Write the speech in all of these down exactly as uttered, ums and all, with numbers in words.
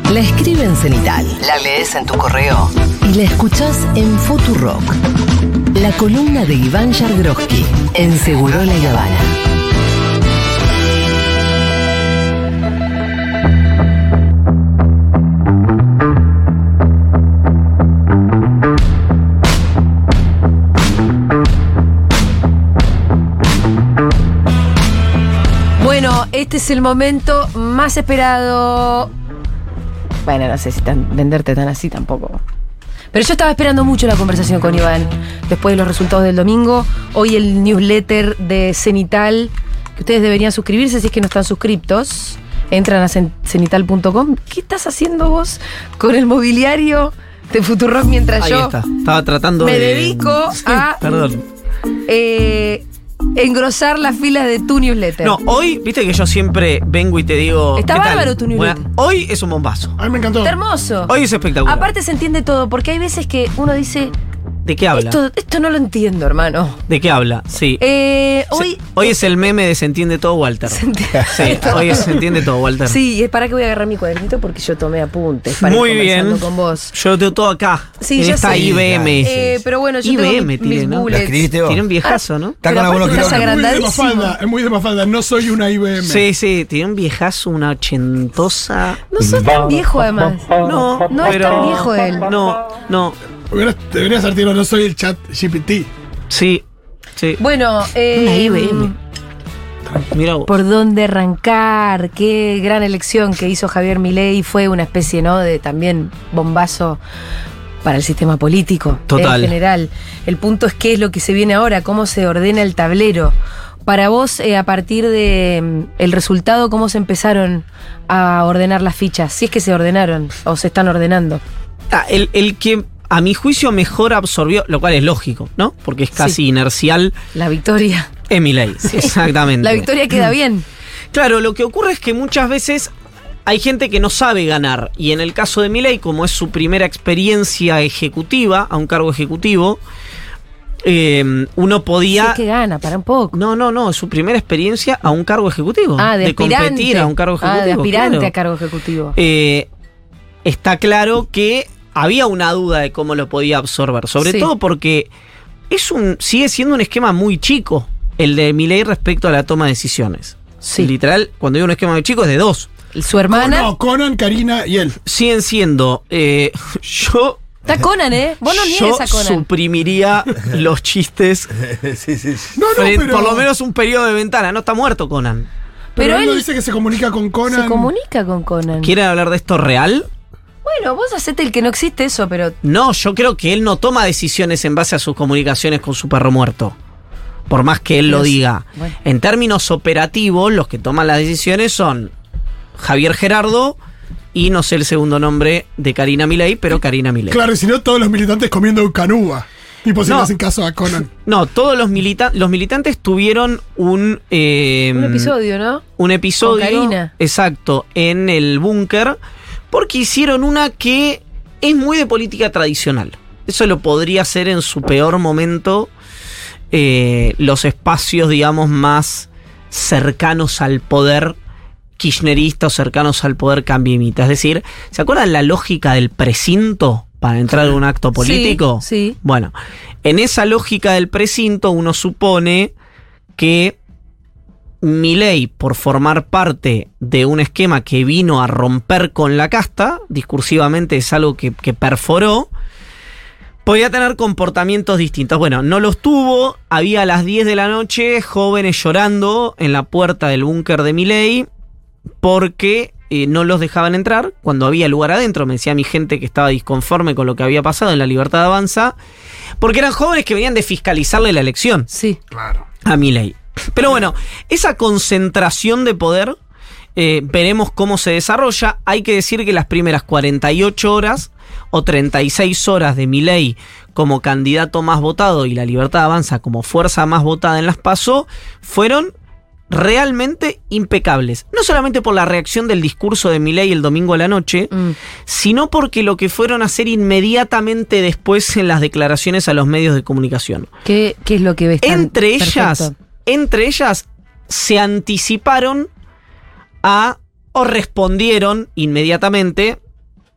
La escribe en Cenital, la lees en tu correo y la escuchás en Futurock. La columna de Iván Yargroski en Segurola y Habana. Bueno, este es el momento más esperado. Bueno, no sé si tan, venderte tan así tampoco. Pero yo estaba esperando mucho la conversación con Iván después de los resultados del domingo. Hoy el newsletter de Cenital, que ustedes deberían suscribirse si es que no están suscriptos. Entran a cenital punto com. ¿Qué estás haciendo vos con el mobiliario de Futurock mientras Ahí yo está. Estaba tratando me de... dedico Sí, a Perdón. eh, engrosar las filas de tu newsletter? No, hoy, viste que yo siempre vengo y te digo... Está ¿qué tal? bárbaro tu newsletter. Bueno, hoy es un bombazo. A mí me encantó. Está hermoso. Hoy es espectacular. Aparte se entiende todo, porque hay veces que uno dice, ¿De qué habla? esto, esto no lo entiendo, hermano. ¿De qué habla? Sí. Eh, hoy... Se- hoy es el meme de Se entiende todo, Walter. Se entiende Sí, todo. hoy es Se entiende todo, Walter. Sí, y es para que voy a agarrar mi cuadernito porque yo tomé apuntes para Muy ir conversando bien. con vos. Yo lo tengo todo acá. Sí, en yo esta sé. I B M. Eh, pero bueno, yo I B M tengo mi- tiene, mis ¿no? bullets. ¿La escribiste vos? Tiene un viejazo, ¿no? Está Pero con algunos aparte estás kilómetros. Es muy de agrandadísimo. Mafalda, es muy de Mafalda. No soy una I B M. Sí, sí, tiene un viejazo, una ochentosa. No sos tan viejo, además. No, No es pero... tan viejo él. No, no. Hubieras- Deberías haber tirado, no soy el chat G P T. Sí, sí. Bueno, eh, Una I B M. Mira vos. ¿por dónde arrancar? Qué gran elección que hizo Javier Milei. Fue una especie, ¿no?, de también bombazo para el sistema político. Total. En general. El punto es qué es lo que se viene ahora, cómo se ordena el tablero. Para vos, eh, a partir de mm, el resultado, ¿cómo se empezaron a ordenar las fichas? Si es que se ordenaron o se están ordenando. Ah, el, el que a mi juicio mejor absorbió, lo cual es lógico, ¿no? Porque es casi Sí. inercial, La victoria. es Milei. Exactamente. La victoria queda bien. Claro, lo que ocurre es que muchas veces hay gente que no sabe ganar. Y en el caso de Milei, como es su primera experiencia ejecutiva, a un cargo ejecutivo, eh, uno podía... Sí que gana, para un poco. No, no, no, es su primera experiencia a un cargo ejecutivo. Ah, de, aspirante. competir a un cargo ejecutivo. Ah, de aspirante claro. a cargo ejecutivo. Eh, está claro que había una duda de cómo lo podía absorber, sobre Sí. todo porque es un sigue siendo un esquema muy chico el de Milei respecto a la toma de decisiones. Sí. Literal, cuando digo un esquema muy chico es de dos. Su hermana. No, Conan, Karina y él. Siguen siendo, eh, yo, Está Conan, ¿eh? Vos no yo niegues a Conan. suprimiría los chistes, sí, sí, sí. No, no, frente- pero. por lo menos un periodo de ventana. No está muerto Conan. Pero, Pero él no él dice que se comunica con Conan. se comunica con Conan. ¿Quieren hablar de esto real? Bueno, vos hacete el que no existe eso, pero No, yo creo que él no toma decisiones en base a sus comunicaciones con su perro muerto. Por más que él Pero lo sí, diga. bueno. En términos operativos, los que toman las decisiones son Javier Gerardo y no sé el segundo nombre de Karina Milei, pero Karina Milei. Claro, y si no, todos los militantes comiendo canúa. Tipo, si No. le hacen caso a Conan. No, todos los, milita- los militantes tuvieron un... eh, un episodio, ¿no? Un episodio. Con Karina. Exacto, en el búnker, porque hicieron una que es muy de política tradicional. Eso lo podría ser en su peor momento eh, los espacios, digamos, más cercanos al poder kirchnerista o cercanos al poder cambiemita. Es decir, ¿se acuerdan la lógica del precinto para entrar en un acto político? Sí, sí. Bueno, en esa lógica del precinto uno supone que Milei, por formar parte de un esquema que vino a romper con la casta, discursivamente es algo que, que perforó, podía tener comportamientos distintos. Bueno, no los tuvo. Había a las diez de la noche jóvenes llorando en la puerta del búnker de Milei porque eh, no los dejaban entrar cuando había lugar adentro. Me decía mi gente que estaba disconforme con lo que había pasado en la Libertad Avanza, porque eran jóvenes que venían de fiscalizarle la elección Sí. Claro. a Milei. Pero bueno, esa concentración de poder, eh, veremos cómo se desarrolla. Hay que decir que las primeras cuarenta y ocho horas o treinta y seis horas de Milei como candidato más votado y la Libertad Avanza como fuerza más votada en las PASO fueron realmente impecables. No solamente por la reacción del discurso de Milei el domingo a la noche, Mm. sino porque lo que fueron a hacer inmediatamente después en las declaraciones a los medios de comunicación. ¿Qué, ¿Qué es lo que ves? tan Entre ellas, perfecto? entre ellas se anticiparon a o respondieron inmediatamente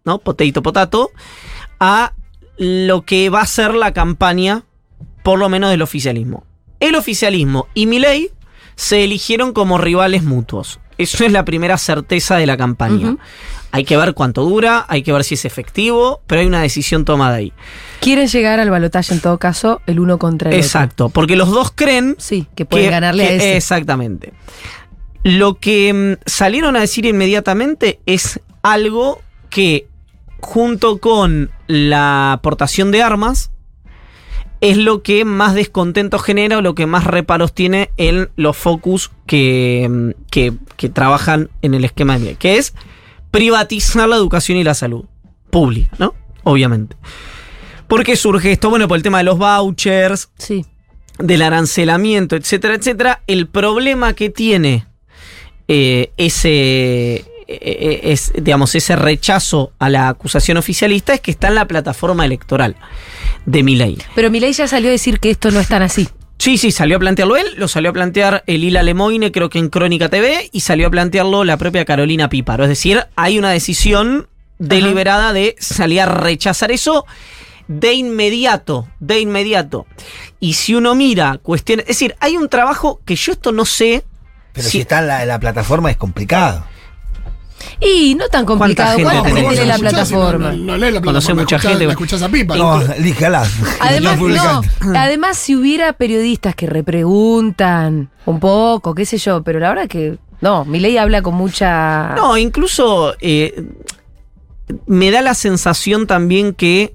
¿no? Potato, potato, a lo que va a ser la campaña, por lo menos del oficialismo. El oficialismo y Milei se eligieron como rivales mutuos. Eso es la primera certeza de la campaña. Uh-huh. Hay que ver cuánto dura, hay que ver si es efectivo, pero hay una decisión tomada ahí. Quieren llegar al balotaje, en todo caso, el uno contra el Exacto, otro. Exacto, porque los dos creen... Sí, que pueden que, ganarle que, a ese. Exactamente. Lo que mmm, salieron a decir inmediatamente es algo que, junto con la aportación de armas, es lo que más descontento genera o lo que más reparos tiene en los focus que, que, que trabajan en el esquema de Milei, que es privatizar la educación y la salud pública, ¿no? Obviamente. ¿Por qué surge esto? Bueno, por el tema de los vouchers, sí, del arancelamiento, etcétera, etcétera. El problema que tiene eh, ese... Es, digamos, ese rechazo a la acusación oficialista es que está en la plataforma electoral de Milei. Pero Milei ya salió a decir que esto no es tan así. Sí, sí, salió a plantearlo él, lo salió a plantear el Lila Lemoine, creo que en Crónica T V, y salió a plantearlo la propia Carolina Píparo. Es decir, hay una decisión deliberada Ajá. de salir a rechazar eso de inmediato, de inmediato. Y si uno mira cuestiones... Es decir, hay un trabajo que yo esto no sé... Pero si, si está en la, en la plataforma es complicado. Y no tan complicado. ¿Cuánta gente tiene la escuchás, plataforma? No, no, no lees la plataforma. Conoce mucha escuchás, gente. La escuchás a Pipa. No, líjala. Además, no, además, si hubiera periodistas que repreguntan un poco, qué sé yo, pero la verdad que no, Milei habla con mucha... No, incluso eh, me da la sensación también que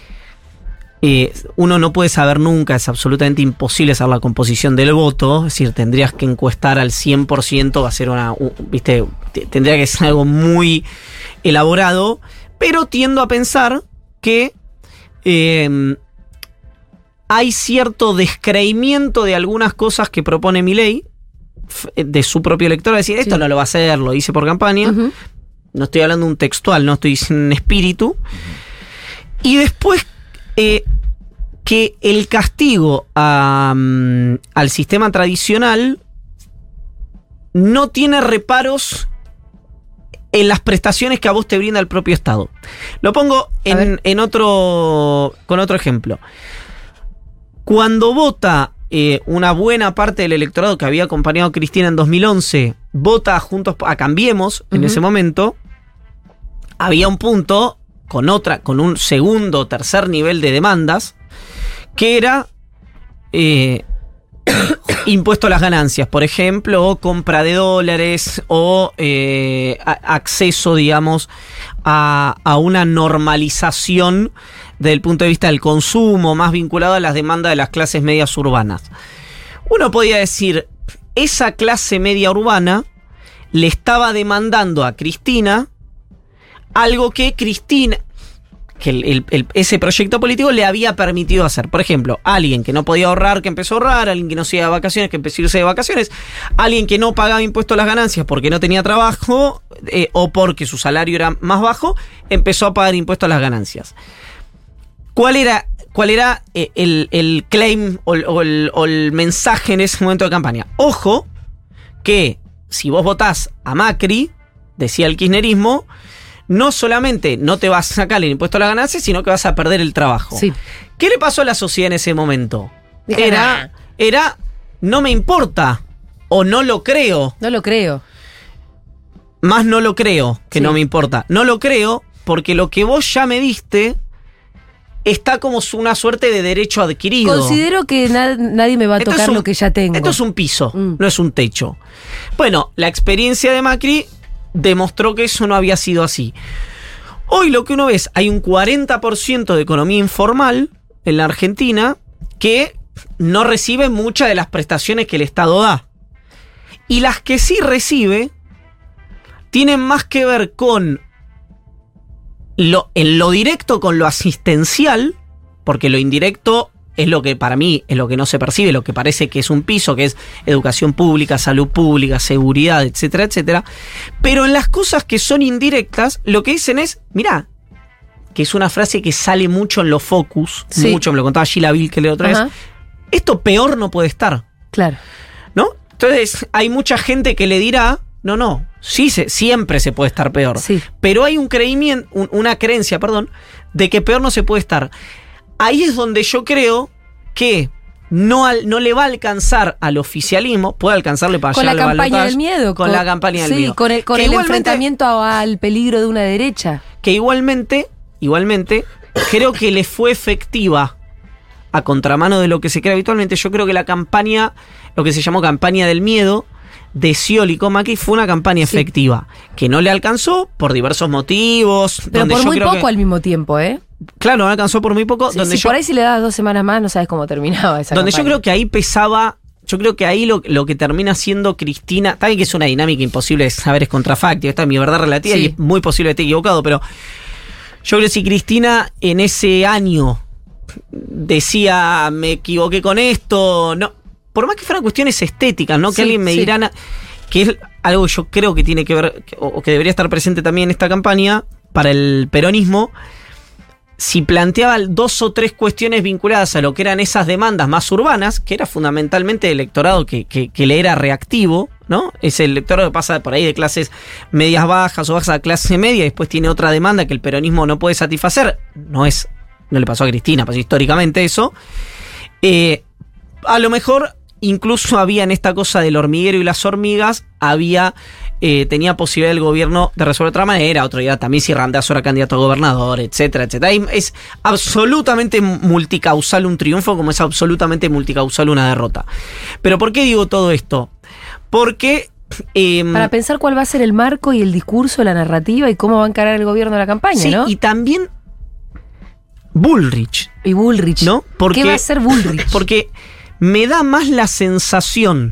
Eh, uno no puede saber nunca, es absolutamente imposible saber la composición del voto, es decir, tendrías que encuestar al cien por ciento, va a ser una, uh, viste, tendría que ser algo muy elaborado, pero tiendo a pensar que eh, hay cierto descreimiento de algunas cosas que propone Milei, de su propio elector, es decir, esto sí. no lo va a hacer, lo hice por campaña, uh-huh. no estoy hablando de un textual, no estoy diciendo un espíritu, y después Eh, que el castigo a, um, al sistema tradicional no tiene reparos en las prestaciones que a vos te brinda el propio Estado. Lo pongo en, en otro, con otro ejemplo. Cuando vota eh, una buena parte del electorado que había acompañado a Cristina en dos mil once, vota Juntos a Cambiemos en uh-huh. ese momento, había un punto... con otra, con un segundo o tercer nivel de demandas, que era eh, impuesto a las ganancias, por ejemplo, o compra de dólares, o eh, a, acceso, digamos, a, a una normalización desde el punto de vista del consumo, más vinculado a las demandas de las clases medias urbanas. Uno podía decir, esa clase media urbana le estaba demandando a Cristina algo que Cristina, que el, el, el, ese proyecto político le había permitido hacer. Por ejemplo, alguien que no podía ahorrar, que empezó a ahorrar, alguien que no se iba de vacaciones, que empezó a irse de vacaciones, alguien que no pagaba impuestos a las ganancias porque no tenía trabajo eh, o porque su salario era más bajo, empezó a pagar impuestos a las ganancias. ¿Cuál era, cuál era eh, el, el claim o, o, el, o el mensaje en ese momento de campaña? Ojo, que si vos votás a Macri, decía el kirchnerismo, no solamente no te vas a sacar el impuesto a las ganancias, sino que vas a perder el trabajo. Sí. ¿Qué le pasó a la sociedad en ese momento? Dije, Era, era, no me importa, o no lo creo. No lo creo. Más no lo creo, que sí. no me importa. No lo creo porque lo que vos ya me diste está como una suerte de derecho adquirido. Considero que na- nadie me va a esto tocar un, lo que ya tengo. Esto es un piso, mm. no es un techo. Bueno, la experiencia de Macri demostró que eso no había sido así. Hoy lo que uno ve es, hay un cuarenta por ciento de economía informal en la Argentina que no recibe muchas de las prestaciones que el Estado da. Y las que sí recibe tienen más que ver con lo, en lo directo con lo asistencial, porque lo indirecto es lo que para mí es lo que no se percibe, lo que parece que es un piso, que es educación pública, salud pública, seguridad, etcétera, etcétera. Pero en las cosas que son indirectas, lo que dicen es, mirá, que es una frase que sale mucho en los focus, sí. mucho, me lo contaba Sheila Bill que le otra vez, esto peor no puede estar. Claro. ¿No? Entonces hay mucha gente que le dirá, no, no, Sí, se, siempre se puede estar peor. Sí. Pero hay un creimiento, un, una creencia, perdón, de que peor no se puede estar. Ahí es donde yo creo que no, al, no le va a alcanzar al oficialismo, puede alcanzarle para con la llegar al campaña balotaje, del miedo. Con, con la campaña del sí, miedo. con el, con Que el igualmente- enfrentamiento al peligro de una derecha. Que igualmente, igualmente, creo que le fue efectiva a contramano de lo que se cree habitualmente. Yo creo que la campaña, lo que se llamó campaña del miedo, de Scioli con Macri, fue una campaña Sí. efectiva, que no le alcanzó por diversos motivos. Pero donde por yo muy creo poco que- al mismo tiempo, ¿eh? Claro, no alcanzó por muy poco. Sí, donde si yo, por ahí si le das dos semanas más, no sabes cómo terminaba esa donde yo campaña. creo que ahí pesaba. Yo creo que ahí lo, lo que termina siendo Cristina, también que es una dinámica imposible de saber, es contrafáctica, esta es mi verdad relativa Sí. y es muy posible que esté equivocado, pero yo creo que si Cristina en ese año decía, me equivoqué con esto, no, por más que fueran cuestiones estéticas, ¿no? Que Sí, alguien me sí. dirá, na- que es algo que yo creo que tiene que ver, que- o que debería estar presente también en esta campaña, para el peronismo, si planteaba dos o tres cuestiones vinculadas a lo que eran esas demandas más urbanas, que era fundamentalmente el electorado que, que, que le era reactivo, ¿no? Es el electorado que pasa por ahí de clases medias bajas o bajas a clase media y después tiene otra demanda que el peronismo no puede satisfacer. No es, no le pasó a Cristina, pasó históricamente eso. Eh, a lo mejor incluso había en esta cosa del hormiguero y las hormigas, había... Eh, tenía posibilidad el gobierno de resolver de otra manera, otro día también si Randazzo era candidato a gobernador, etcétera, etcétera. Y es absolutamente multicausal un triunfo como es absolutamente multicausal una derrota. Pero ¿por qué digo todo esto? Porque... Eh, Para pensar cuál va a ser el marco y el discurso, la narrativa y cómo va a encarar el gobierno la campaña, sí, ¿no? y también Bullrich, Y Bullrich. ¿no? Porque, ¿Qué va a ser Bullrich? Porque me da más la sensación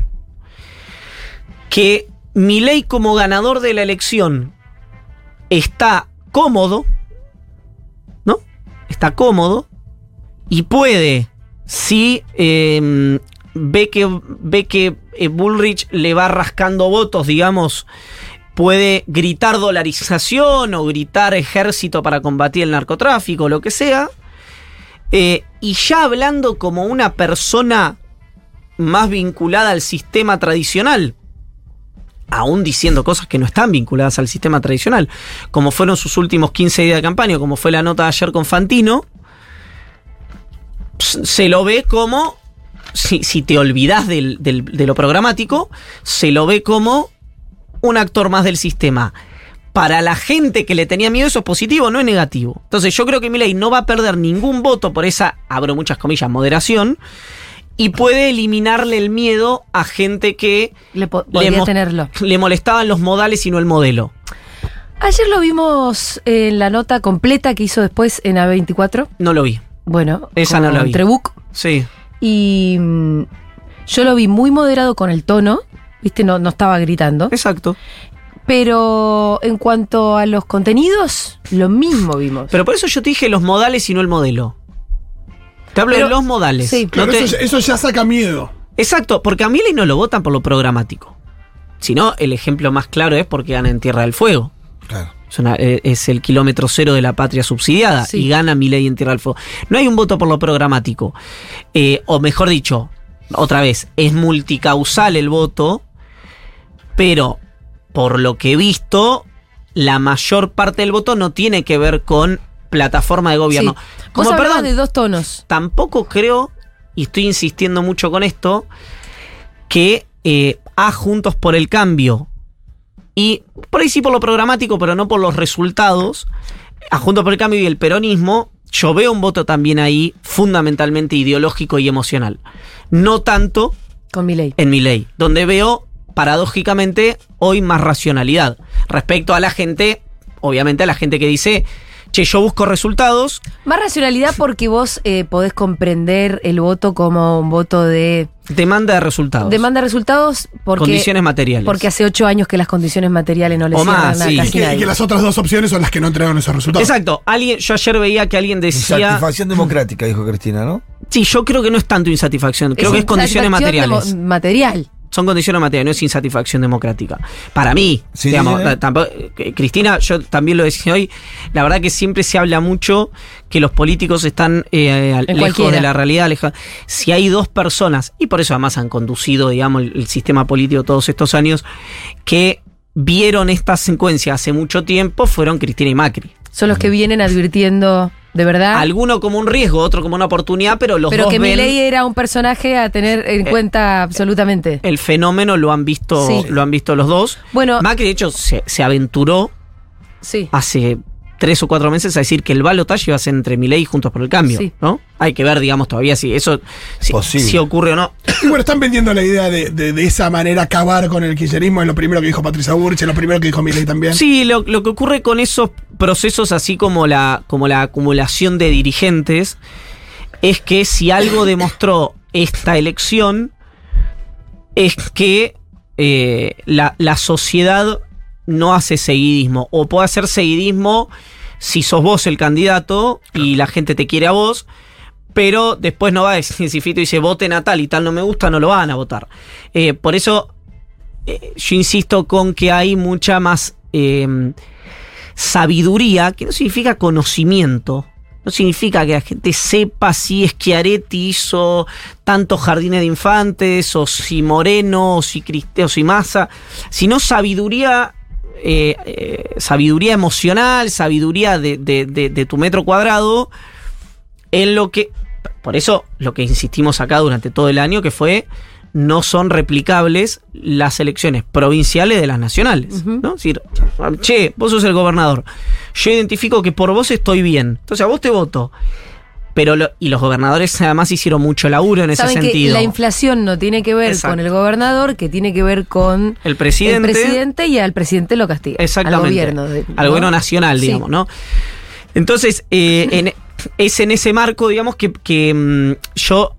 que Milei como ganador de la elección está cómodo, ¿no? Está cómodo y puede, si eh, ve que, ve que eh, Bullrich le va rascando votos, digamos, puede gritar dolarización o gritar ejército para combatir el narcotráfico, lo que sea, eh, y ya hablando como una persona más vinculada al sistema tradicional, aún diciendo cosas que no están vinculadas al sistema tradicional, como fueron sus últimos quince días de campaña, como fue la nota de ayer con Fantino, se lo ve como, si, si te olvidás del, del, de lo programático, se lo ve como un actor más del sistema. Para la gente que le tenía miedo, eso es positivo, no es negativo. Entonces yo creo que Milei no va a perder ningún voto por esa, abro muchas comillas, moderación, y puede eliminarle el miedo a gente que Le po- le, podría mo- tenerlo. le molestaban los modales y no el modelo. Ayer lo vimos en la nota completa que hizo después en A veinticuatro. No lo vi. Bueno, Esa no la vi. Trebuch. Sí. Y mm, yo lo vi muy moderado con el tono, ¿viste? No, no estaba gritando. Exacto. Pero en cuanto a los contenidos, lo mismo vimos. Pero por eso yo te dije los modales y no el modelo. Te hablo Pero- de los modales. sí. No Claro, te- eso, eso ya saca miedo. Exacto, porque a Milei no lo votan por lo programático. Si no, el ejemplo más claro es porque gana en Tierra del Fuego. Claro. Es, una- eh, es el kilómetro cero de la patria subsidiada Sí. y gana Milei en Tierra del Fuego. No hay un voto por lo programático. Eh, o mejor dicho, otra vez, es multicausal el voto, pero por lo que he visto, la mayor parte del voto no tiene que ver con plataforma de gobierno. Sí. Vos Como, hablabas perdón, de dos tonos. tampoco creo, y estoy insistiendo mucho con esto, que eh, a Juntos por el Cambio, y por ahí sí por lo programático, pero no por los resultados, a Juntos por el Cambio y el peronismo, yo veo un voto también ahí fundamentalmente ideológico y emocional. No tanto Con Milei. en Milei, donde veo paradójicamente hoy más racionalidad respecto a la gente, obviamente a la gente que dice, che, yo busco resultados. Más racionalidad porque vos eh, podés comprender el voto como un voto de Demanda de resultados. demanda de resultados porque, Condiciones materiales. porque hace ocho años que las condiciones materiales no le O cierran más, a sí. Y casi que, y nadie. que las otras dos opciones son las que no entregaron esos resultados. Exacto. Alguien, yo ayer veía que alguien decía. Insatisfacción democrática, dijo Cristina, ¿no? Sí, yo creo que no es tanto insatisfacción, creo que es condiciones insatisfacción materiales. demo- material. Son condiciones materiales, no es insatisfacción democrática. Para mí, Sí, digamos, sí, sí. tampoco- eh, Cristina, yo también lo decía hoy, la verdad que siempre se habla mucho que los políticos están eh, al- En lejos cualquiera. de la realidad. Lejos. Si hay dos personas, y por eso además han conducido, digamos, el, el sistema político todos estos años, que vieron esta secuencia hace mucho tiempo fueron Cristina y Macri. Son los que vienen advirtiendo, de verdad. Alguno como un riesgo, otro como una oportunidad, pero los pero dos que ven Milei era un personaje a tener en eh, cuenta absolutamente. el fenómeno, lo han visto, Sí. lo han visto los dos. Bueno, Macri, de hecho, se, se aventuró sí. hace tres o cuatro meses a decir que el balotaje iba a ser entre Milei y Juntos por el Cambio, Sí. ¿no? Hay que ver, digamos, todavía si eso si, Posible. si ocurre o no. Y bueno, están vendiendo la idea de, de, de esa manera acabar con el kirchnerismo. Es lo primero que dijo Patricia Bullrich, es lo primero que dijo Milei también. Sí, lo, lo que ocurre con esos procesos, así como la, como la acumulación de dirigentes, es que si algo demostró esta elección, es que eh, la, la sociedad no hace seguidismo, o puede hacer seguidismo si sos vos el candidato y la gente te quiere a vos, pero después no va a decir, si Fito dice voten a tal y tal no me gusta, no lo van a votar. Eh, por eso eh, yo insisto con que hay mucha más eh, sabiduría, que no significa conocimiento, no significa que la gente sepa si Schiaretti hizo tantos jardines de infantes, o si Moreno, o si Criste, o si Massa, sino sabiduría. Eh, eh, sabiduría emocional, sabiduría de, de, de, de tu metro cuadrado, en lo que, por eso lo que insistimos acá durante todo el año, que fue, no son replicables las elecciones provinciales de las nacionales, Uh-huh. ¿no? Es decir, che, vos sos el gobernador, yo identifico que por vos estoy bien, entonces a vos te voto. Pero lo, y los gobernadores además hicieron mucho laburo en ese Saben sentido. que la inflación no tiene que ver Exacto. con el gobernador, que tiene que ver con El presidente. el presidente, y al presidente lo castiga. Exactamente. Al gobierno. de- Al ¿no? gobierno nacional, Sí. digamos, ¿no? Entonces, eh, en, es en ese marco, digamos, que, que mm, yo,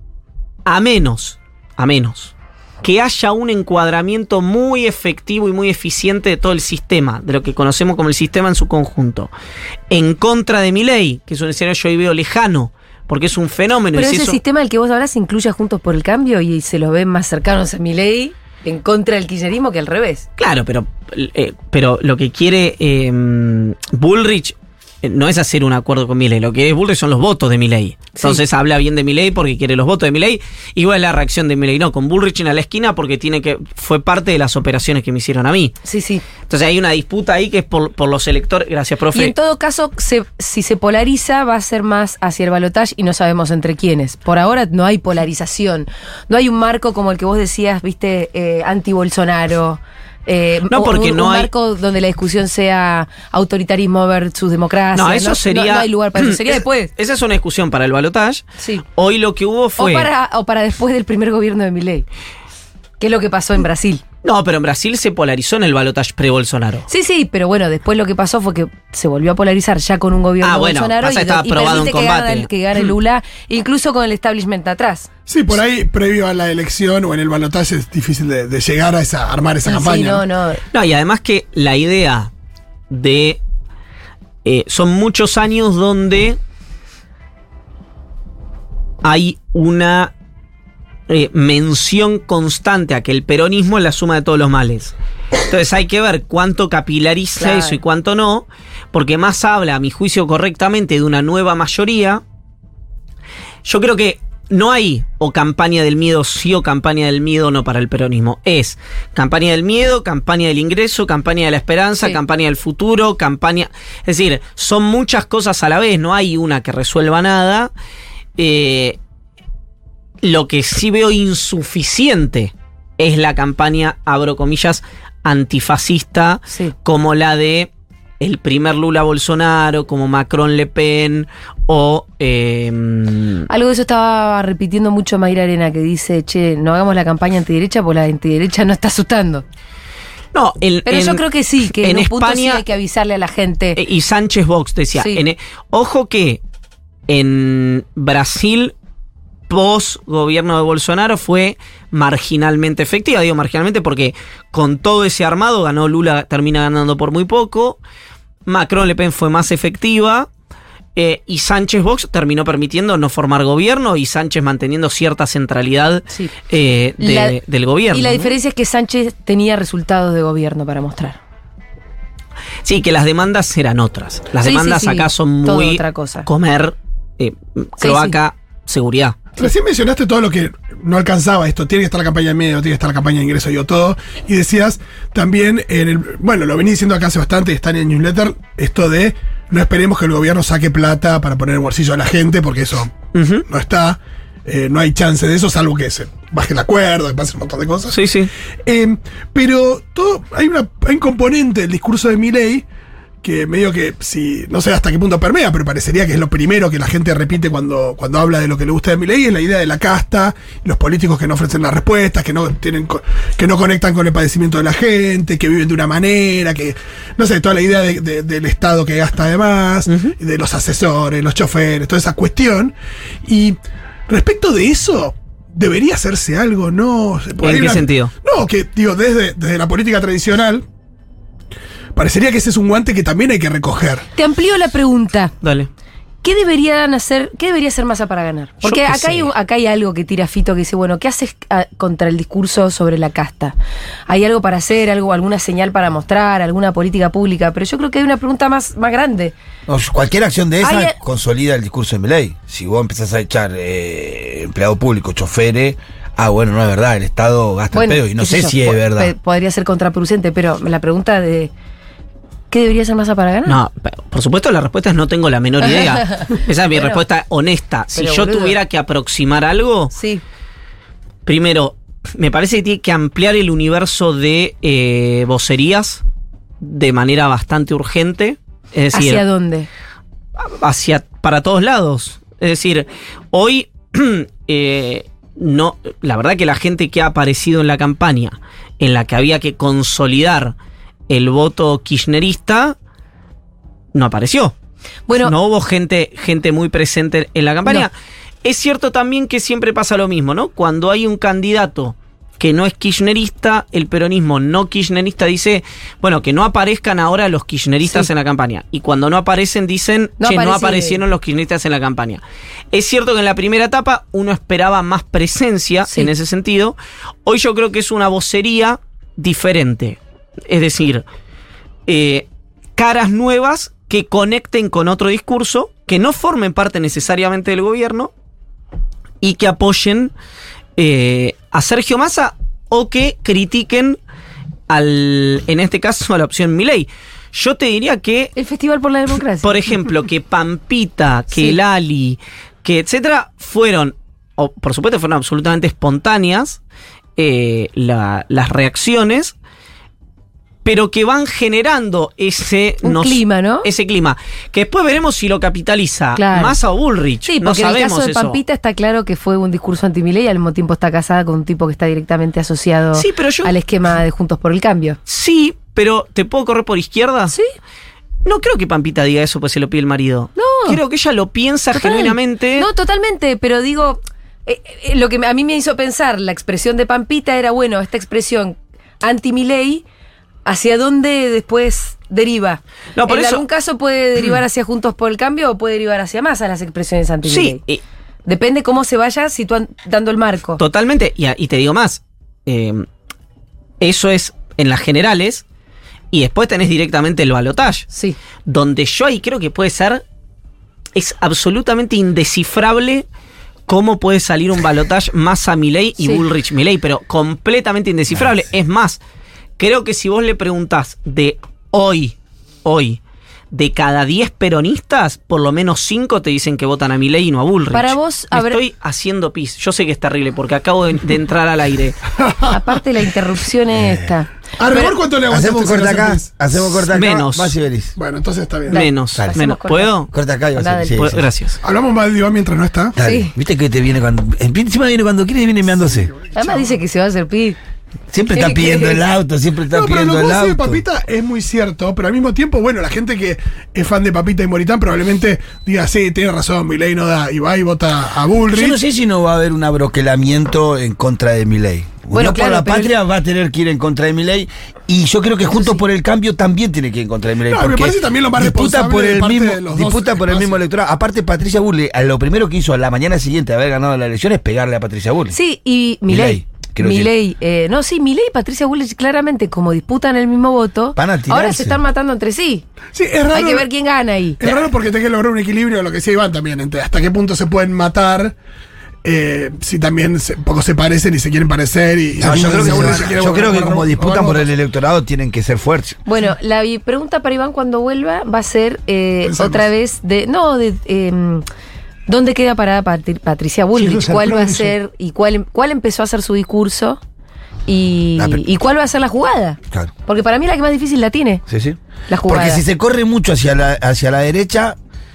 a menos, a menos, que haya un encuadramiento muy efectivo y muy eficiente de todo el sistema, de lo que conocemos como el sistema en su conjunto, en contra de Milei, que es un escenario yo hoy veo lejano, porque es un fenómeno. Pero y si ese eso- sistema del que vos hablas incluye a Juntos por el Cambio y se los ven más cercanos a Milei en contra del kirchnerismo que al revés. Claro, pero, eh, pero lo que quiere eh, Bullrich eh, no es hacer un acuerdo con Milei. Lo que es Bullrich son los votos de Milei. Entonces habla bien de Milei porque quiere los votos de Milei. Igual es la reacción de Milei. No, con Bullrich en la esquina porque tiene que fue parte de las operaciones que me hicieron a mí. Sí, sí. Entonces hay una disputa ahí que es por, por los electores. Gracias, profe. Y en todo caso, se- si se polariza, va a ser más hacia el balotaje y no sabemos entre quiénes. Por ahora no hay polarización. No hay un marco como el que vos decías, viste, eh, anti-Bolsonaro. Eh, No, o- porque un, no un hay- marco donde la discusión sea autoritarismo versus democracia. No, eso sería. No hay lugar para eso. Sería Es- después. Esa es una discusión para el balotaje. Sí. Hoy lo que hubo fue. O para, o para después del primer gobierno de Milei. ¿Qué es lo que pasó en Brasil? No, pero en Brasil se polarizó en el balotaje pre-Bolsonaro. Sí, sí, pero bueno, después lo que pasó fue que se volvió a polarizar ya con un gobierno Ah, de bueno, Bolsonaro pasa que y, estaba y probado permite un que combate. gane, que gane Lula, incluso con el establishment atrás. Sí, por ahí, previo a la elección o en el balotaje, es difícil de, de llegar a esa, armar esa Sí, campaña. no, no. No, y además que la idea de... eh, son muchos años donde hay una eh, mención constante a que el peronismo es la suma de todos los males. Entonces hay que ver cuánto capilariza Claro. eso y cuánto no, porque más habla, a mi juicio correctamente, de una nueva mayoría. Yo creo que no hay o campaña del miedo sí o campaña del miedo no para el peronismo. Es campaña del miedo, campaña del ingreso, campaña de la esperanza, Sí. campaña del futuro, campaña... Es decir, son muchas cosas a la vez, no hay una que resuelva nada. Eh, lo que sí veo insuficiente es la campaña, abro comillas, antifascista, Sí. como la de el primer Lula Bolsonaro, como Macron Le Pen, o... eh, Algo de eso estaba repitiendo mucho Mayra Arena, que dice, che, no hagamos la campaña antiderecha porque la antiderecha no está asustando. no, en- Pero en- yo creo que sí, que en, en un punto sí España- hay que avisarle a la gente. Eh, Y Sánchez Vox decía, Sí. en e- ojo que en Brasil, post gobierno de Bolsonaro, fue marginalmente efectiva. Digo marginalmente porque con todo ese armado ganó Lula, termina ganando por muy poco. Macron Le Pen fue más efectiva. eh, y Sánchez Vox terminó permitiendo no formar gobierno y Sánchez manteniendo cierta centralidad Sí. eh, de- La- del gobierno. Y la ¿no? diferencia es que Sánchez tenía resultados de gobierno para mostrar. Sí, que las demandas eran otras. Las Sí, demandas sí, sí. acá son Todo muy otra cosa. comer, eh, cloaca, seguridad. Recién mencionaste todo lo que no alcanzaba esto. Tiene que estar la campaña de medio, tiene que estar la campaña de ingreso, digo todo. Y decías también, en el, bueno, lo venís diciendo acá hace bastante, está en el newsletter, esto de no esperemos que el gobierno saque plata para poner en el bolsillo a la gente, porque eso uh-huh. no está, eh, no hay chance de eso, salvo que se baje el acuerdo, que pasen un montón de cosas. Sí, sí. Eh, pero todo, hay, una, hay un componente del discurso de Milei que medio que, si no sé hasta qué punto permea, pero parecería que es lo primero que la gente repite cuando, cuando habla de lo que le gusta de Milei, es la idea de la casta, los políticos que no ofrecen las respuestas, que no tienen, que no conectan con el padecimiento de la gente, que viven de una manera, que, no sé, toda la idea de, de, del Estado que gasta además, uh-huh. de los asesores, los choferes, toda esa cuestión. Y respecto de eso, ¿debería hacerse algo? ¿No? ¿En qué una, sentido? No, que, digo, desde, desde la política tradicional, parecería que ese es un guante que también hay que recoger. Te amplío la pregunta. Dale. ¿Qué deberían hacer? ¿Qué debería hacer Massa para ganar? Porque acá hay, acá hay algo que tira Fito que dice, bueno, ¿qué haces a, contra el discurso sobre la casta? ¿Hay algo para hacer, algo, alguna señal para mostrar, alguna política pública? Pero yo creo que hay una pregunta más, más grande. No, cualquier acción de esa hay, consolida el discurso de Milei. Si vos empezás a echar eh, empleado público, choferes, ah, bueno, no es verdad, el Estado gasta bueno, el pedo y no sé yo, si es verdad. Podría ser contraproducente, pero la pregunta de ¿qué debería hacer Massa para ganar? No, por supuesto la respuesta es no tengo la menor idea. Esa es mi bueno, respuesta honesta. Si yo boludo. tuviera que aproximar algo, sí. primero, me parece que tiene que ampliar el universo de eh, vocerías de manera bastante urgente. Es decir, ¿hacia dónde? Hacia, para todos lados. Es decir, hoy, eh, no, la verdad que la gente que ha aparecido en la campaña, en la que había que consolidar el voto kirchnerista, no apareció. Bueno, no hubo gente, gente muy presente en la campaña. No. Es cierto también que siempre pasa lo mismo, ¿no? Cuando hay un candidato que no es kirchnerista, el peronismo no kirchnerista dice, bueno, que no aparezcan ahora los kirchneristas sí. en la campaña. Y cuando no aparecen dicen, no che, aparece. no aparecieron los kirchneristas en la campaña. Es cierto que en la primera etapa uno esperaba más presencia sí. en ese sentido. Hoy yo creo que es una vocería diferente. Es decir, eh, caras nuevas que conecten con otro discurso, que no formen parte necesariamente del gobierno y que apoyen eh, a Sergio Massa o que critiquen, al, en este caso, a la opción Milei. Yo te diría que... El Festival por la Democracia. Por ejemplo, que Pampita, que sí. Lali, que etcétera, fueron, o por supuesto fueron absolutamente espontáneas eh, la, las reacciones, pero que van generando ese un nos, clima, ¿no? Ese clima. Que después veremos si lo capitaliza claro. Massa o Bullrich. Sí, porque no sabemos en el caso de eso. Pampita está claro que fue un discurso anti-Milei y al mismo tiempo está casada con un tipo que está directamente asociado sí, pero yo, al esquema de Juntos por el Cambio. Sí, pero ¿te puedo correr por izquierda? Sí. No creo que Pampita diga eso pues se lo pide el marido. No. Creo que ella lo piensa Total. genuinamente. No, totalmente, pero digo, eh, eh, lo que a mí me hizo pensar la expresión de Pampita era, bueno, esta expresión anti-Milei, ¿hacia dónde después deriva? No, por en eso, algún caso puede derivar hacia Juntos por el Cambio o puede derivar hacia Massa las expresiones anti-Milei. Sí. Y, Depende cómo se vaya situando, dando el marco. Totalmente. Y, y te digo más. Eh, eso es en las generales y después tenés directamente el balotaje. Sí. Donde yo ahí creo que puede ser... Es absolutamente indescifrable cómo puede salir un balotaje Massa-Milei y sí. Bullrich-Milei, pero completamente indescifrable. Es más... Creo que si vos le preguntás de hoy, hoy, de cada diez peronistas, por lo menos cinco te dicen que votan a Milei y no a Bullrich. Para vos, a ver... Estoy haciendo pis. Yo sé que es terrible porque acabo de, de entrar al aire. Aparte la interrupción es esta. A ver, ¿cuánto le aguantaste? Hacemos corta acá. Hacemos corta acá. Menos. Más y feliz. Bueno, entonces está bien. Menos. Dale. Menos. ¿Puedo? Corta acá y va a ser. Sí, sí. Gracias. Hablamos más de Iván mientras no está. Dale. Sí. Viste que te viene cuando... Encima viene cuando quiere y viene meándose. Además dice que se va a hacer pis. Siempre está pidiendo el auto, siempre está no, pidiendo pero lo el auto. de Papita es muy cierto, pero al mismo tiempo, bueno, la gente que es fan de Papita y Moritán probablemente diga, sí, tiene razón, Milei no da, y va y vota a Bullrich. Yo no sé si no va a haber un abroquelamiento en contra de Milei. Bueno, Unión claro, por la Patria el... va a tener que ir en contra de Milei y yo creo que Juntos sí. por el Cambio también tiene que ir en contra de Milei. No, me parece también lo más disputa por el mismo, de los disputa dos por el mismo electorado. Aparte, Patricia Bullrich, lo primero que hizo a la mañana siguiente de haber ganado la elección es pegarle a Patricia Bullrich. Sí, y Milei. Milei, eh, no, sí, Milei y Patricia Bullrich claramente como disputan el mismo voto, ahora se están matando entre sí. Sí, es raro. Hay que ver quién gana ahí. Es raro porque tenés que lograr un equilibrio, lo que decía Iván también, entre hasta qué punto se pueden matar eh, si también se, poco se parecen y se quieren parecer. Y, No, y yo creo que, uno se se van- quiere yo creo que borrar- como disputan por borrar- el electorado tienen que ser fuertes. Bueno, la vi- pregunta para Iván cuando vuelva va a ser eh, Pensemos. otra vez de. No, de. eh, ¿Dónde queda parada Patri- Patricia Bullrich? Rosa, ¿Cuál va a eso. ser y cuál, cuál empezó a hacer su discurso? Y, Ah, pero- y cuál va a ser la jugada? Claro. Porque para mí la que más difícil la tiene. Sí, sí. La jugada. Porque si se corre mucho hacia la, hacia la derecha,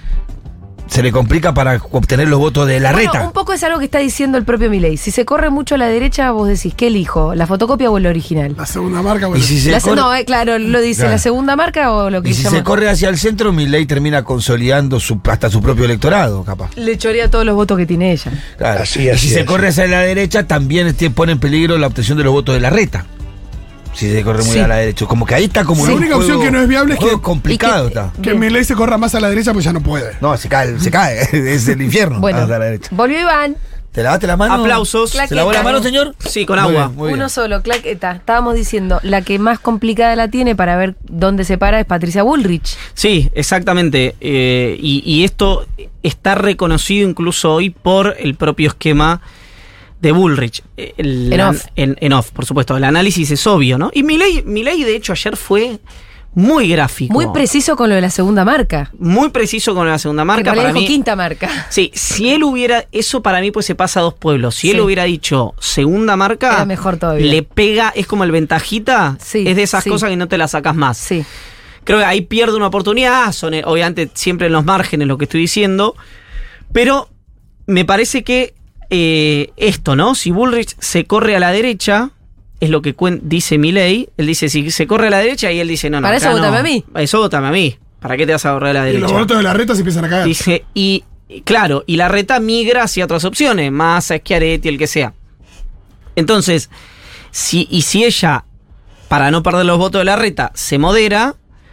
se le complica para obtener los votos de la Bueno, reta. un poco es algo que está diciendo el propio Milei. Si se corre mucho a la derecha, vos decís, ¿qué elijo? ¿La fotocopia o el original? La segunda marca, Y bueno. si se La se- corre, no, eh, claro, lo dice, Claro. ¿la segunda marca o lo que y si llama? se corre hacia el centro, Milei termina consolidando su, hasta su propio electorado, capaz. Le chorea todos los votos que tiene ella. Claro. Así, y así si se es. corre hacia la derecha, también este, pone en peligro la obtención de los votos de la reta. Si se corre muy Sí. a la derecha. Como que ahí está como La un única juego- opción que no es viable es un juego que- complicado y que- está. Que Bien. Milei se corra más a la derecha, pues ya no puede. No, se cae, se cae. Es el infierno. Bueno, hacia la derecha. volvió Iván. ¿Te lavaste la mano? Aplausos. Claqueta. ¿Se lavó la mano, señor? Sí, con Muy agua. bien, muy bien. Uno solo, claqueta. Estábamos diciendo, la que más complicada la tiene para ver dónde se para es Patricia Bullrich. Sí, exactamente. Eh, y, y esto está reconocido incluso hoy por el propio esquema de Bullrich. Eh, el- En off. En, en off, por supuesto. El análisis es obvio, ¿no? Y Milei, Milei, de hecho, ayer fue muy gráfico. Muy preciso con lo de la segunda marca. Muy preciso con la segunda Que marca. en realidad Para dijo mí, quinta marca. sí, si él hubiera, eso para mí pues se pasa a dos pueblos. Si Sí. él hubiera dicho segunda marca, Era mejor todavía. le pega, es como el ventajita, Sí, es de esas sí. cosas que no te las sacas más. Sí. Creo que ahí pierde una oportunidad, son eh, obviamente siempre en los márgenes lo que estoy diciendo, pero me parece que eh, esto, ¿no? Si Bullrich se corre a la derecha, es lo que cuen- dice Milei, él dice si se corre a la derecha y él dice no, no. Para eso acá votame no. a mí. Para eso votame a mí. ¿Para qué te vas a correr a la Y los derecha? votos de la reta se empiezan a caer. Dice, y y claro, y la reta migra hacia otras opciones, Massa, Schiaretti, el que sea. Entonces, si, y si ella, para no perder los votos de la reta, se modera,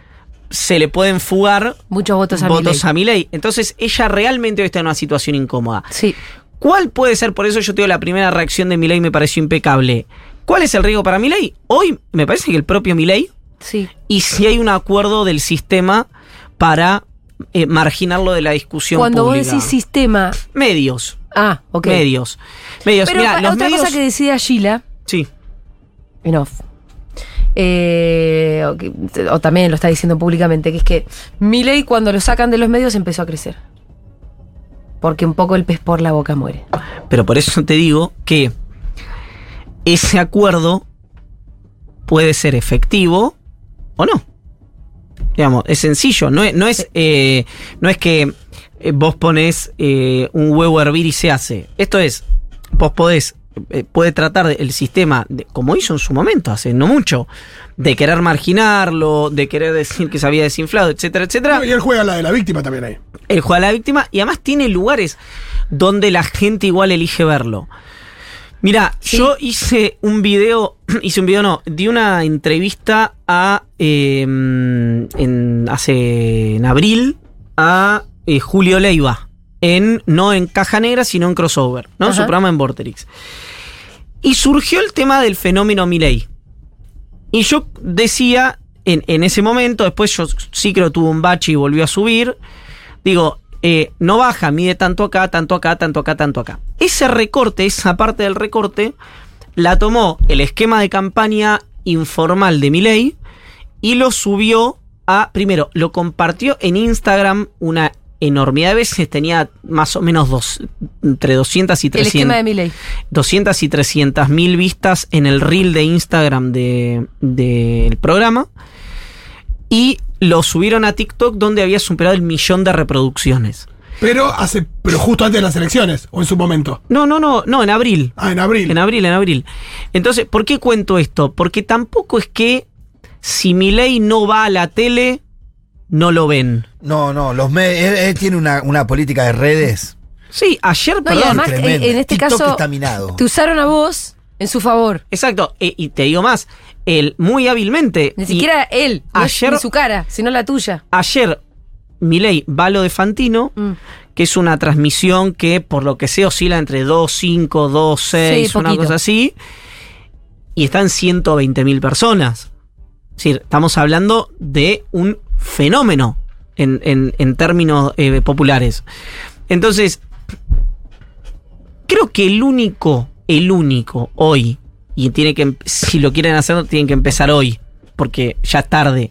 se le pueden fugar Muchos votos a votos Milei. a Milei. Entonces, ella realmente hoy está en una situación incómoda. Sí. ¿Cuál puede ser? Por eso yo te digo, la primera reacción de Milei me pareció impecable. ¿Cuál es el riesgo para Milei? Hoy me parece que el propio Milei, Sí. y si hay un acuerdo del sistema para eh, marginarlo de la discusión Cuando pública. vos decís sistema. Medios. Ah, ok. Medios. Medios. Pero Mirá, pa- los otra medios. cosa que decía Sheila, Sí. en off. eh, o, que- o también lo está diciendo públicamente, que es que Milei cuando lo sacan de los medios empezó a crecer. Porque un poco el pez por la boca muere. Pero por eso te digo que ese acuerdo puede ser efectivo o no. Digamos, es sencillo. No es, no es, eh, no es que eh, vos ponés eh, un huevo a hervir y se hace. Esto es, vos podés, eh, puede tratar de- el sistema, de- como hizo en su momento, hace no mucho, de querer marginarlo, de querer decir que se había desinflado, etcétera, etcétera. No, y él juega la de la víctima también ahí. El juego a la víctima y además tiene lugares donde la gente igual elige verlo. Mira, Sí. yo hice un video, hice un video no, di una entrevista a eh, en hace en abril a eh, Julio Leiva en no en Caja Negra sino en Crossover, ¿no? Ajá. Su programa en Vorterix. Y surgió el tema del fenómeno Milei. Y yo decía en, en ese momento, después yo sí creo tuvo un bache y volvió a subir. Digo, eh, no baja, mide tanto acá, tanto acá, tanto acá, tanto acá. Ese recorte, esa parte del recorte, la tomó el esquema de campaña informal de Milei y lo subió a, primero, lo compartió en Instagram una enormidad de veces, tenía más o menos dos, entre doscientas y El trescientas. esquema de Milei. doscientas y trescientas mil vistas en el reel de Instagram de- del programa. Y lo subieron a TikTok donde había superado el millón de reproducciones. Pero hace, pero justo antes de las elecciones, o en su momento. No, no, no, no, en abril. Ah, en abril. En abril, en abril. Entonces, ¿por qué cuento esto? Porque tampoco es que si Milei no va a la tele, no lo ven. No, no, los me- él, él tiene una, una política de redes. Sí, ayer, No, y perdón. además, en, tremenda. en este TikTok caso, está minado. te usaron a vos en su favor. Exacto, e- y te digo más, él muy hábilmente. Ni y siquiera él, no es ayer- ni su cara, sino la tuya. Ayer, Milei va a lo de Fantino. Mm. Que es una transmisión que, por lo que sé, oscila entre dos cinco, dos seis, Sí, una poquito. cosa así. Y están ciento veinte mil personas. Es decir, estamos hablando de un fenómeno en, en- en términos eh, populares. Entonces, creo que el único, el único hoy, y tiene que, si lo quieren hacer, tienen que empezar hoy, porque ya es tarde,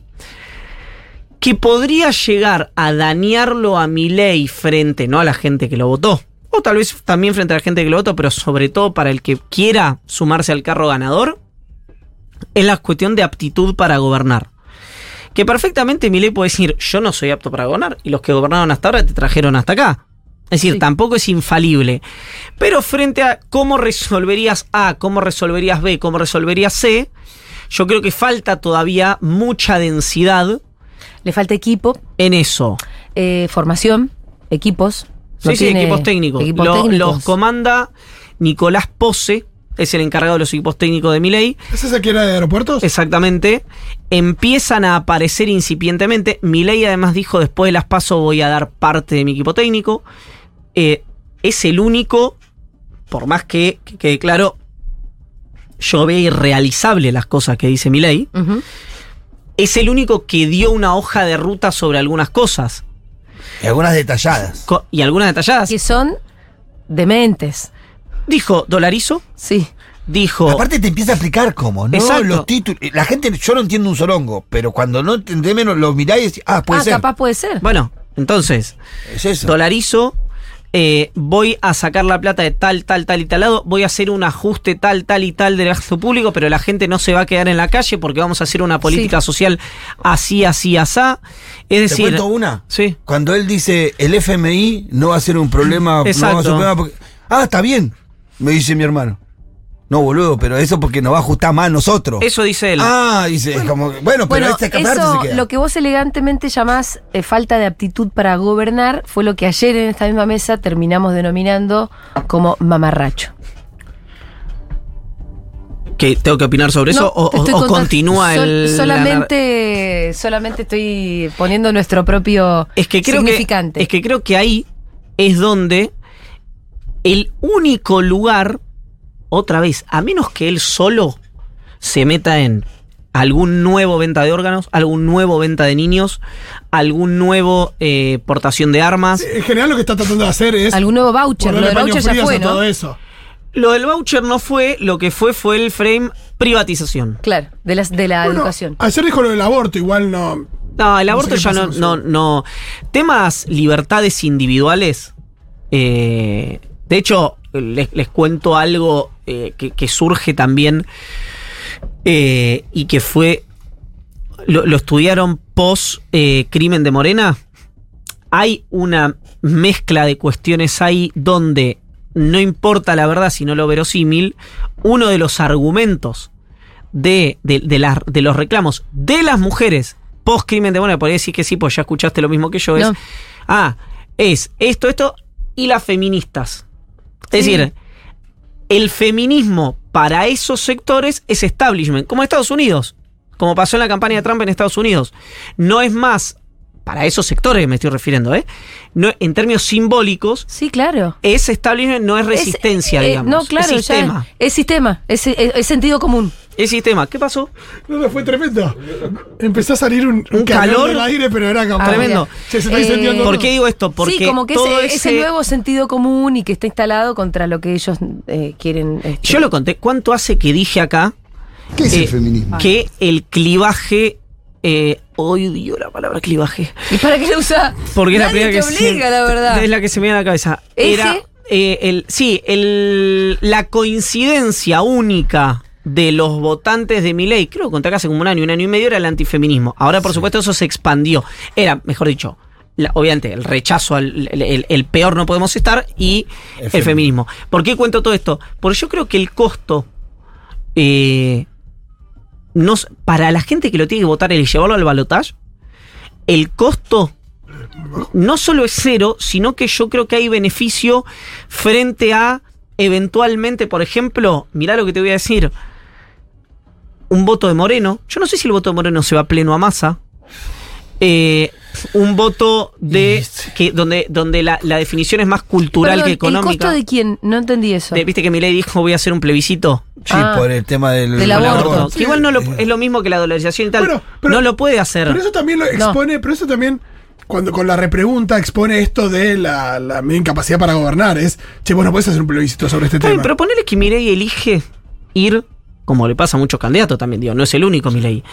que podría llegar a dañarlo a Milei frente, no a la gente que lo votó, o tal vez también frente a la gente que lo votó, pero sobre todo para el que quiera sumarse al carro ganador, es la cuestión de aptitud para gobernar. Que perfectamente Milei puede decir, yo no soy apto para gobernar, y los que gobernaron hasta ahora te trajeron hasta acá. Es decir, sí. Tampoco es infalible. Pero frente a cómo resolverías A, cómo resolverías B, cómo resolverías C, yo creo que falta todavía mucha densidad. Le falta equipo. En eso. Eh, formación, equipos. Sí, no sí, equipos técnicos. Equipos Lo, técnicos. Los comanda Nicolás Pose, es el encargado de los equipos técnicos de Milei. ¿Es ese que era de aeropuertos? Exactamente. Empiezan a aparecer incipientemente. Milei además dijo, después de las PASO voy a dar parte de mi equipo técnico. Eh, es el único, por más que, que quede claro, yo veo irrealizable las cosas que dice Milei. Uh-huh. Es el único que dio una hoja de ruta sobre algunas cosas. Y algunas detalladas. Co- y algunas detalladas. Que son dementes. Dijo dolarizo. Sí. Dijo. Aparte te empieza a explicar cómo, ¿no? Exacto. Los títulos. La gente, yo no entiendo un solongo, pero cuando no entendés menos, lo miráis y decís, ah, puede ah, ser. capaz puede ser. Bueno, entonces. Es eso. Dolarizo. Eh, voy a sacar la plata de tal, tal, tal y tal lado, voy a hacer un ajuste tal, tal y tal del gasto público, pero la gente no se va a quedar en la calle porque vamos a hacer una política sí. social así, así, asá. Es decir, ¿te cuento una? Sí. Cuando él dice el F M I no va a ser un problema, Exacto. no va a ser un problema porque, ah, está bien, me dice mi hermano. No, boludo, pero eso porque nos va a ajustar más a nosotros. Eso dice él. Ah, dice, bueno, como, bueno, pero bueno, este campeonato eso, se queda. Lo que vos elegantemente llamás eh, falta de aptitud para gobernar fue lo que ayer en esta misma mesa terminamos denominando como mamarracho. ¿Que tengo que opinar sobre no, eso o, o, o continúa sol, el solamente la... solamente estoy poniendo nuestro propio es que creo significante. Que, es que creo que ahí es donde el único lugar, otra vez, a menos que él solo se meta en algún nuevo venta de órganos, algún nuevo venta de niños, algún nuevo eh, portación de armas. Sí, en general lo que está tratando de hacer es algún nuevo voucher, lo del voucher ya fue, ¿no? Todo eso. Lo del voucher no fue, lo que fue fue el frame privatización. Claro, de, las, de la bueno, educación. Ayer dijo lo del aborto, igual no... No, el aborto no sé ya no, no, no... Temas libertades individuales, eh, de hecho, les, les cuento algo eh, que, que surge también eh, y que fue... Lo, lo estudiaron post eh, crimen de Morena. Hay una mezcla de cuestiones ahí donde no importa la verdad sino lo verosímil. Uno de los argumentos de, de, de, la, de los reclamos de las mujeres post crimen de Morena, podría decir que sí, pues ya escuchaste lo mismo que yo, es, no. ah, es esto, esto y las feministas. Es sí. decir, el feminismo para esos sectores es establishment, como Estados Unidos, como pasó en la campaña de Trump en Estados Unidos. No es más, para esos sectores me estoy refiriendo, ¿eh? No, en términos simbólicos, sí, claro. Es establishment, no es resistencia, es, eh, digamos. No, claro, es sistema. Ya, es sistema, es, es, es sentido común. Es sistema. ¿Qué pasó? No, no, fue tremendo. Empezó a salir un, un, un calor del aire, pero era como... tremendo. Se, se está eh, ¿Por qué digo esto? Porque sí, como que todo es, ese... es el nuevo sentido común y que está instalado contra lo que ellos eh, quieren. Este... Yo lo conté. ¿Cuánto hace que dije acá? ¿Qué es eh, el feminismo? Que el clivaje... Eh, odio la palabra clivaje. ¿Y para qué la usa? Porque es la primera te que obliga, se, la verdad. Es la que se me viene a la cabeza. ¿Eje? Era eh, el sí, el la coincidencia única de los votantes de Milei, creo que conté acá hace como un año, un año y medio, era el antifeminismo. Ahora, por sí. supuesto, eso se expandió. Era, mejor dicho, la, obviamente, el rechazo al el, el, el peor no podemos estar y el, el feminismo. feminismo. ¿Por qué cuento todo esto? Porque yo creo que el costo eh, no, para la gente que lo tiene que votar y llevarlo al balotaje, el costo no solo es cero, sino que yo creo que hay beneficio frente a, eventualmente, por ejemplo, mirá lo que te voy a decir, un voto de Moreno. Yo no sé si el voto de Moreno se va pleno a Massa. Eh, un voto de que donde donde la, la definición es más cultural Perdón, que económica. ¿El costo de quién? No entendí eso. De, ¿Viste que Milei dijo voy a hacer un plebiscito? Sí, ah, por el tema del, del aborto. aborto. Sí. Igual no lo, es lo mismo que la dolarización y tal. Bueno, pero, no lo puede hacer. Pero eso también lo expone, no. pero eso también cuando con la repregunta expone esto de la, la media incapacidad para gobernar. Es, che, vos no podés hacer un plebiscito sobre este Ay, tema. pero ponele que Milei elige ir, como le pasa a muchos candidatos también, digo, no es el único Milei,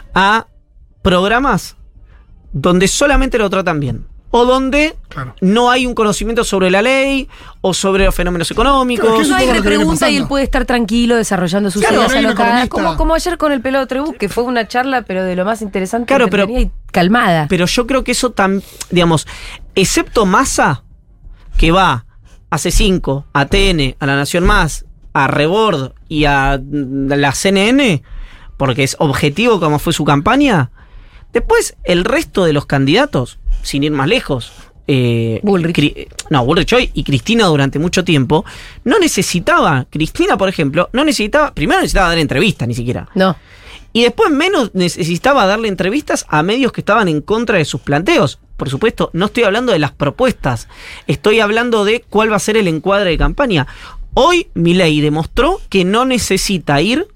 a programas donde solamente lo tratan bien. O donde Claro. no hay un conocimiento sobre la ley o sobre los fenómenos económicos. Claro, es que No eso hay es todo lo que viene repregunta y pasando. él puede estar tranquilo desarrollando sus Claro, ideas no hay un alocadas. economista. Como, como ayer con el pelado Trebú, que fue una charla, pero de lo más interesante, Claro, pero- entretenida y calmada. Pero yo creo que eso tan, digamos, excepto Massa, que va a C cinco, a T N, a La Nación Más, a Rebord y a la C N N, porque es objetivo como fue su campaña. Después, el resto de los candidatos, sin ir más lejos, eh, Bullrich. Cri- no, Bullrich hoy y Cristina durante mucho tiempo, no necesitaba, Cristina, por ejemplo, no necesitaba, primero necesitaba dar entrevistas, ni siquiera. No. Y después menos necesitaba darle entrevistas a medios que estaban en contra de sus planteos. Por supuesto, no estoy hablando de las propuestas, estoy hablando de cuál va a ser el encuadre de campaña. Hoy Milei demostró que no necesita ir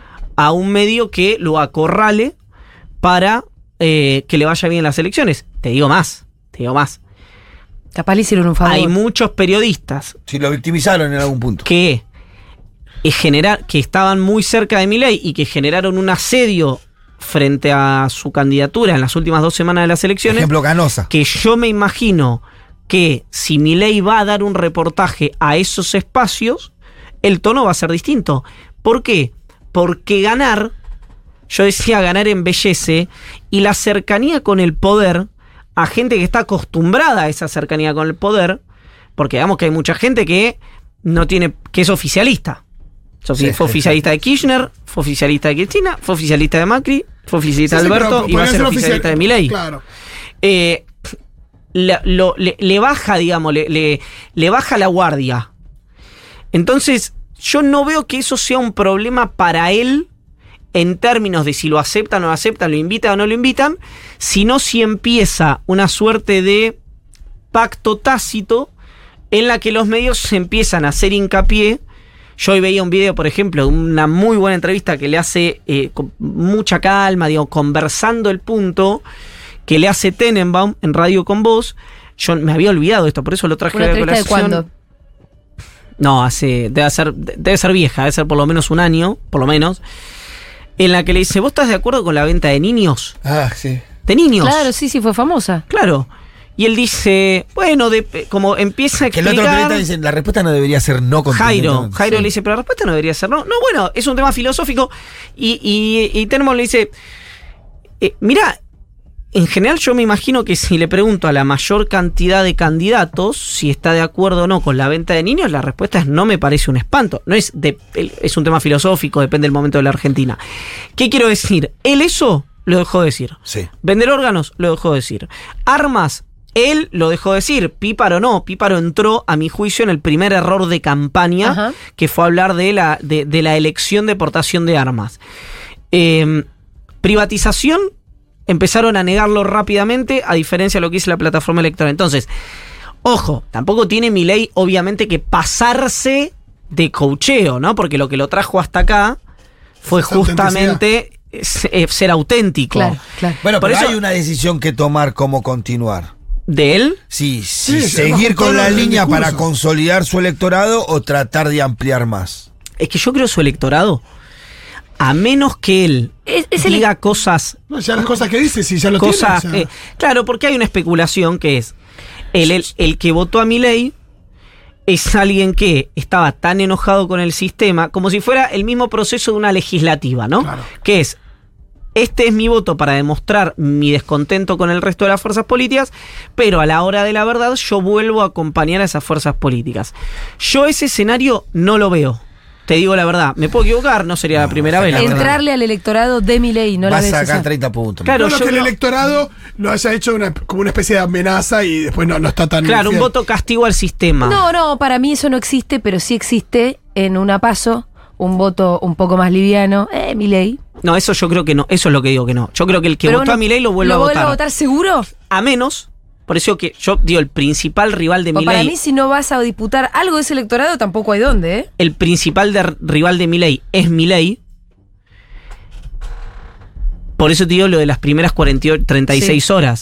a un medio que lo acorrale para eh, que le vaya bien en las elecciones. Te digo más, te digo más. Capaz le hicieron un favor. Hay muchos periodistas Si lo victimizaron en algún punto. que, eh, generar, que estaban muy cerca de Milei y que generaron un asedio frente a su candidatura en las últimas dos semanas de las elecciones, Ejemplo, Canosa. que yo me imagino que si Milei va a dar un reportaje a esos espacios, el tono va a ser distinto. ¿Por qué? Porque ganar, yo decía, ganar embellece, y la cercanía con el poder, a gente que está acostumbrada a esa cercanía con el poder, porque digamos que hay mucha gente que no tiene, que es oficialista. So, Sí, fue sí, oficialista de Kirchner, fue oficialista de Cristina, fue oficialista de Macri, fue oficialista Sí, de sí, Alberto pero y va a podría ser ser oficialista oficial- de Milei. Claro. Eh, le, lo- le- le baja, digamos, le, le- le baja la guardia. Entonces, yo no veo que eso sea un problema para él en términos de si lo aceptan o no aceptan, lo invitan o no lo invitan, sino si empieza una suerte de pacto tácito en la que los medios se empiezan a hacer hincapié. Yo hoy veía un video, por ejemplo, de una muy buena entrevista que le hace eh, con mucha calma, digo, conversando el punto, que le hace Tenenbaum en Radio Con Vos. Yo me había olvidado esto, por eso lo traje ¿Una a la entrevista de colación. cuándo? No, hace, debe ser, debe ser vieja, debe ser por lo menos un año, por lo menos, en la que le dice, ¿vos estás de acuerdo con la venta de niños? Ah, sí. De niños. Claro, sí, sí, fue famosa. Claro. Y él dice, bueno, de, como empieza a Que el otro explicar... periodista dice, la respuesta no debería ser no Jairo, contundentemente. Jairo Sí. le dice, pero la respuesta no debería ser no. No, bueno, es un tema filosófico. Y, y, y Tenenbaum le dice, eh, mira, en general yo me imagino que si le pregunto a la mayor cantidad de candidatos si está de acuerdo o no con la venta de niños, la respuesta es no me parece un espanto. No es, de, es un tema filosófico, depende del momento de la Argentina. ¿Qué quiero decir? Él eso lo dejó de decir. Sí. Vender órganos lo dejó de decir. Armas, él lo dejó de decir. Píparo no. Píparo entró, a mi juicio, en el primer error de campaña, Ajá. que fue hablar de la, de, de la elección de portación de armas. Eh, privatización, empezaron a negarlo rápidamente, a diferencia de lo que dice la plataforma electoral. Entonces, ojo, tampoco tiene Milei, obviamente, que pasarse de coacheo, ¿no? Porque lo que lo trajo hasta acá fue Esa justamente es- es ser auténtico. Claro, claro. Bueno, Por pero eso- hay una decisión que tomar cómo continuar. ¿De él? Sí, Sí, sí, sí, seguir bajo con la todo el línea discurso. para consolidar su electorado o tratar de ampliar más. Es que yo creo su electorado, a menos que él Es- es el- diga cosas, No, ya las cosas que dice, si ya lo cosas, tiene. ya- eh, claro, porque hay una especulación que es el, el, el que votó a Milei es alguien que estaba tan enojado con el sistema como si fuera el mismo proceso de una legislativa, ¿no? Claro. Que es, este es mi voto para demostrar mi descontento con el resto de las fuerzas políticas, pero a la hora de la verdad yo vuelvo a acompañar a esas fuerzas políticas. Yo ese escenario no lo veo. Te digo la verdad, me puedo equivocar, no sería la primera vez. la verdad. Entrarle al electorado de Milei, no la Vas ves a sacar esa. treinta puntos. Claro, No, yo que el no- electorado lo haya hecho una- como una especie de amenaza y después no, no está tan. Claro, un fiel. voto castigo al sistema. No, no, para mí eso no existe, pero sí existe en una paso un voto un poco más liviano. Eh, Milei. No, eso yo creo que no. Eso es lo que digo que no. Yo creo que el que Pero votó bueno, a Milei lo vuelve ¿lo a vuelve votar. a votar seguro? A menos, por eso que yo digo, el principal rival de O para Milei, mí, si no vas a disputar algo de ese electorado, tampoco hay dónde, ¿eh? el principal de- rival de Milei es Milei. Por eso te digo lo de las primeras cuarenta y ocho, treinta y seis Sí. horas.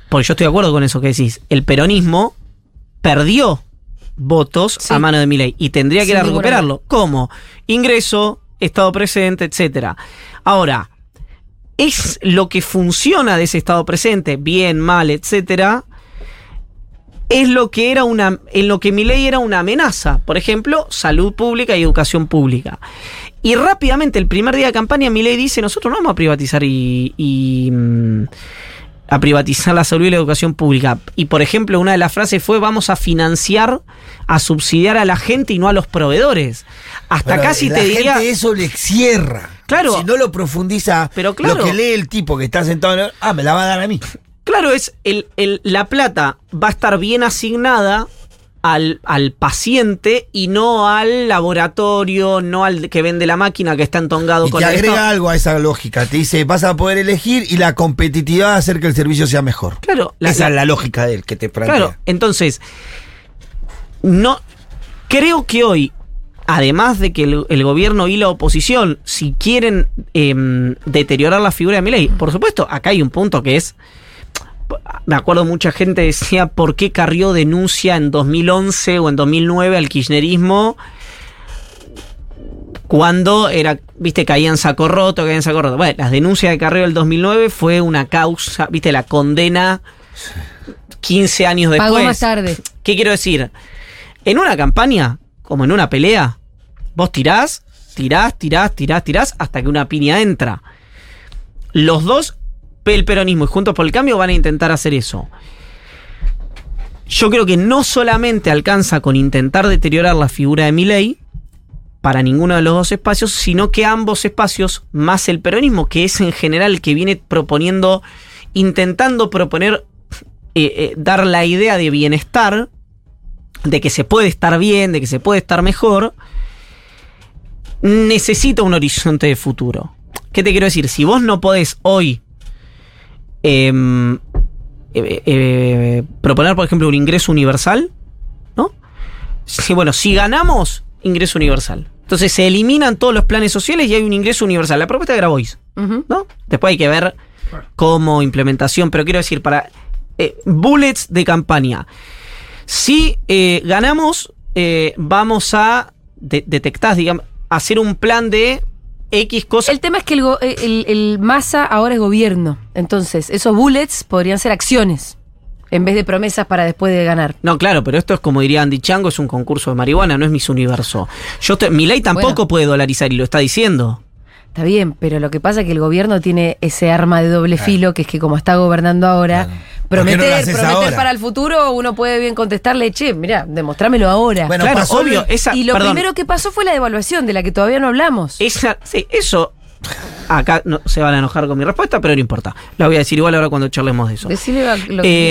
porque yo estoy de acuerdo con eso que decís, el peronismo perdió votos sí. a mano de Milei y tendría que ir a recuperarlo. ¿Cómo? Ingreso, estado presente, etcétera. Ahora, es lo que funciona de ese estado presente, bien, mal, etcétera, es lo que era una, en lo que Milei era una amenaza. Por ejemplo, salud pública y educación pública. Y rápidamente, el primer día de campaña, Milei dice, nosotros no vamos a privatizar y, y a privatizar la salud y la educación pública. Y por ejemplo, una de las frases fue, vamos a financiar, a subsidiar a la gente y no a los proveedores. Hasta Pero casi la te gente diría... eso le cierra. Claro. Si no lo profundiza, pero claro, lo que lee el tipo que está sentado en el... Ah, me la va a dar a mí. Claro, es el, el, la plata va a estar bien asignada al, al paciente y no al laboratorio, no al que vende la máquina que está entongado y con te el agrega Estado. algo a esa lógica. Te dice, vas a poder elegir y la competitividad va a hacer que el servicio sea mejor. Claro. La, esa la, es la lógica de él que te plantea. Claro, entonces, no creo que hoy, además de que el, el gobierno y la oposición, si quieren eh, deteriorar la figura de Milei, por supuesto, acá hay un punto que es... Me acuerdo mucha gente decía por qué Carrió denuncia en dos mil once o en dos mil nueve al kirchnerismo cuando era, viste, caía en saco roto, caía en saco roto. Bueno, las denuncias de Carrió del dos mil nueve fue una causa, viste, la condena quince años después. Pagó más tarde. ¿Qué quiero decir? En una campaña, como en una pelea, vos tirás, tirás, tirás, tirás, tirás hasta que una piña entra. Los dos, el peronismo y Juntos por el Cambio, van a intentar hacer eso. Yo creo que no solamente alcanza con intentar deteriorar la figura de Milei para ninguno de los dos espacios, sino que ambos espacios, más el peronismo, que es en general el que viene proponiendo, intentando proponer, eh, eh, dar la idea de bienestar, de que se puede estar bien, de que se puede estar mejor, necesita un horizonte de futuro. ¿Qué te quiero decir? Si vos no podés hoy Eh, eh, eh, proponer, por ejemplo, un ingreso universal, ¿no? Sí, bueno, si ganamos, ingreso universal. Entonces se eliminan todos los planes sociales y hay un ingreso universal. La propuesta de Grabois, uh-huh. ¿no? Después hay que ver cómo implementación, pero quiero decir, para eh, bullets de campaña. Si eh, ganamos, eh, vamos a de- detectar, digamos, hacer un plan de X cosas. El tema es que el, go- el, el Massa ahora es gobierno. Entonces, esos bullets podrían ser acciones en vez de promesas para después de ganar. No, claro, pero esto es como diría Andy Chango, es un concurso de marihuana, no es Miss Universo. Yo te, Milei tampoco bueno. puede dolarizar y lo está diciendo. Está bien, pero lo que pasa es que el gobierno tiene ese arma de doble claro. filo, que es que como está gobernando ahora, claro. prometer, no prometer para el futuro, uno puede bien contestarle, che, mirá, demostrámelo ahora. Bueno, claro, pasó, obvio. Esa, y lo perdón. primero que pasó fue la devaluación, de la que todavía no hablamos. Esa, sí, eso, acá no, se van a enojar con mi respuesta, pero no importa. La voy a decir igual ahora cuando charlemos de eso. Decile lo que...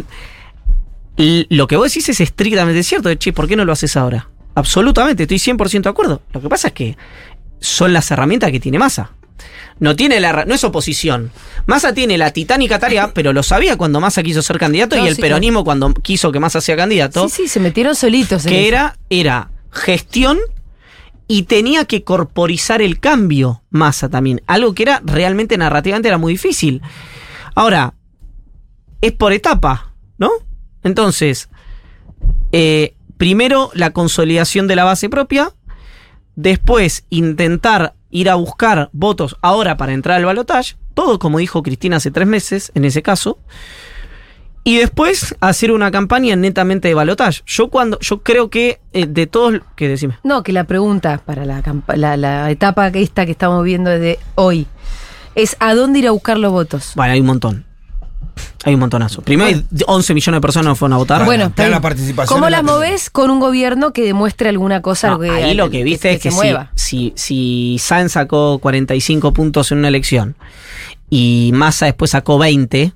Eh, lo que vos decís es estrictamente cierto, de, che, ¿por qué no lo haces ahora? Absolutamente, estoy cien por ciento de acuerdo. Lo que pasa es que son las herramientas que tiene Massa. No tiene la, no es oposición. Massa tiene la titánica tarea, pero lo sabía cuando Massa quiso ser candidato no, y el sí, peronismo claro. cuando quiso que Massa sea candidato. Sí, sí, se metieron solitos. Que era, era gestión y tenía que corporizar el cambio Massa también. Algo que era realmente narrativamente era muy difícil. Ahora, es por etapa, ¿no? Entonces, eh, primero la consolidación de la base propia. Después, intentar ir a buscar votos ahora para entrar al balotaje. Todo como dijo Cristina hace tres meses, en ese caso. Y después, hacer una campaña netamente de balotaje. Yo cuando yo creo que eh, de todos... ¿Qué decime? No, que la pregunta para la, la, la etapa esta que estamos viendo desde hoy es ¿a dónde ir a buscar los votos? Bueno, hay un montón. Hay un montonazo. Primero bueno. hay once millones de personas no fueron a votar. Bueno, está la participación. ¿Cómo las movés con un gobierno que demuestre alguna cosa? No, que, ahí lo que viste que, es que, que si, si, si Sáenz sacó cuarenta y cinco puntos en una elección y Massa después sacó veinte,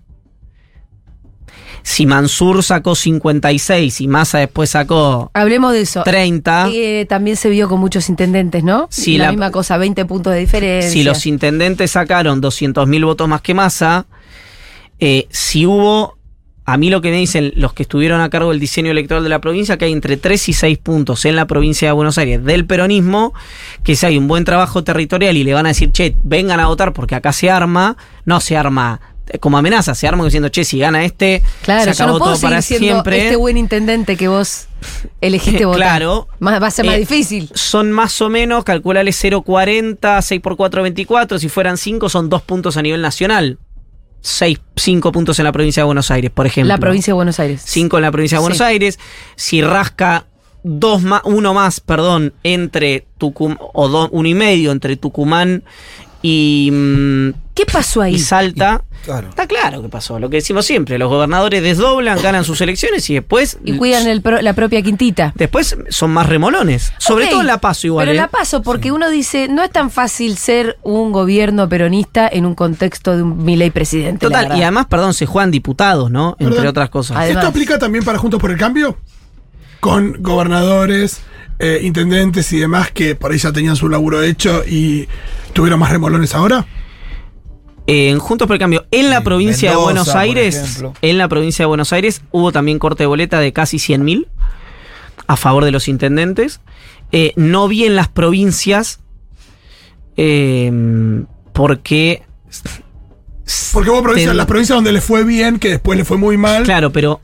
si Mansur sacó cincuenta y seis y Massa después sacó hablemos de eso. treinta. Eh, también se vio con muchos intendentes, ¿no? Si la, la misma cosa, veinte puntos de diferencia. Si los intendentes sacaron doscientos mil votos más que Massa, eh, si hubo, a mí lo que me dicen los que estuvieron a cargo del diseño electoral de la provincia, que hay entre tres y seis puntos en la provincia de Buenos Aires del peronismo, que si hay un buen trabajo territorial y le van a decir, che, vengan a votar porque acá se arma, no se arma como amenaza, se arman diciendo, che, si gana este, claro, se acabó yo no puedo todo para seguir siendo siempre. este buen intendente que vos elegiste votar. Claro. Más, va a ser más Eh, difícil. Son más o menos, calculale cero coma cuarenta, seis por cuatro, veinticuatro. Si fueran cinco, son dos puntos a nivel nacional. seis, cinco puntos en la provincia de Buenos Aires, por ejemplo. La provincia de Buenos Aires. cinco en la provincia de Buenos Sí. Aires. Si rasca dos más, uno más, perdón, entre Tucumán, o dos, uno y medio entre Tucumán y, mm, ¿Qué pasó ahí? y Salta. Y- claro. Está claro que pasó, lo que decimos siempre, los gobernadores desdoblan, ganan sus elecciones y después Y cuidan el pro- la propia quintita. después son más remolones. Sobre Ok, todo en La Paso igual. Pero ¿eh? la paso porque uno dice, no es tan fácil ser un gobierno peronista en un contexto de un Milei presidente. la Total, verdad. y además, perdón, se juegan diputados, ¿no? Entre Perdón. otras cosas. Además. ¿Esto aplica también para Juntos por el Cambio? Con gobernadores, eh, intendentes y demás que por ahí ya tenían su laburo hecho y tuvieron más remolones ahora. Eh, en Juntos por el Cambio, en la Sí, provincia Mendoza, de Buenos por Aires, ejemplo. en la provincia de Buenos Aires hubo también corte de boleta de casi cien mil a favor de los intendentes. Eh, no vi en las provincias eh, porque... Porque hubo provincias, Ten- las provincias donde le fue bien, que después le fue muy mal. Claro, pero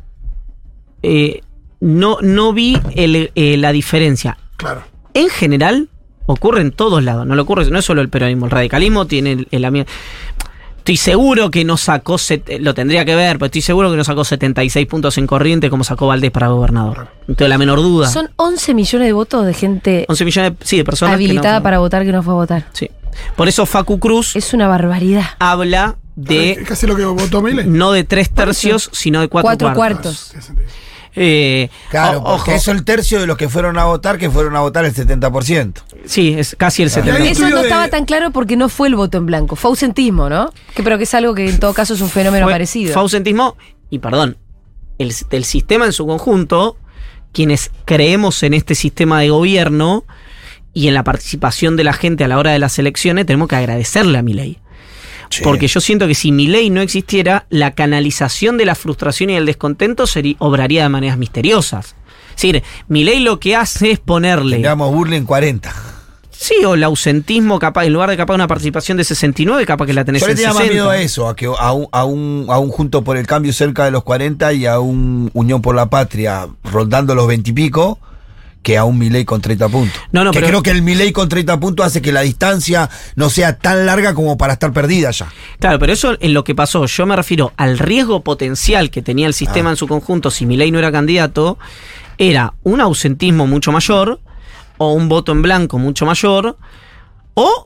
eh, no, no vi el, eh, la diferencia. Claro. En general, ocurre en todos lados. No lo ocurre, no es solo el peronismo. El radicalismo tiene el, el ami- Estoy seguro que no sacó, set- lo tendría que ver, pero estoy seguro que no sacó setenta y seis puntos en Corrientes como sacó Valdés para gobernador. No tengo la menor duda. Son once millones de votos de gente once millones de, sí, de personas que habilitada no- para votar que no fue a votar. Sí. Por eso Facu Cruz Es una barbaridad. habla Es de casi lo que votó Milei. no de tres tercios, sino de cuatro, Cuatro cuartos. cuartos. Eh, Claro, o- porque ojo, eso el tercio de los que fueron a votar, que fueron a votar el setenta por ciento. sí, es casi el setenta. Hay un Eso estudio no de- estaba tan claro porque no fue el voto en blanco, fue ausentismo, ¿no? Que, pero que es algo que en todo caso es un fenómeno Fue- parecido. Fue ausentismo y perdón, el, el sistema en su conjunto, quienes creemos en este sistema de gobierno y en la participación de la gente a la hora de las elecciones, tenemos que agradecerle a Milei. Porque yo siento que si Milei no existiera, la canalización de la frustración y el descontento sería, obraría de maneras misteriosas. Es decir, Milei lo que hace es ponerle... Tendríamos burla en cuarenta. Sí, o el ausentismo, capaz, en lugar de capaz una participación de sesenta y nueve, capaz que la tenés Yo le en tenía más sesenta. miedo a eso, a que a un, a un, a un Junto por el Cambio cerca de los cuarenta y a un Unión por la Patria rondando los veinte y pico, que a un Milei con treinta puntos. No, no, que pero- creo que el Milei con treinta puntos hace que la distancia no sea tan larga como para estar perdida ya. Claro, pero eso en lo que pasó, yo me refiero al riesgo potencial que tenía el sistema Ah. en su conjunto si Milei no era candidato, era un ausentismo mucho mayor, o un voto en blanco mucho mayor, o,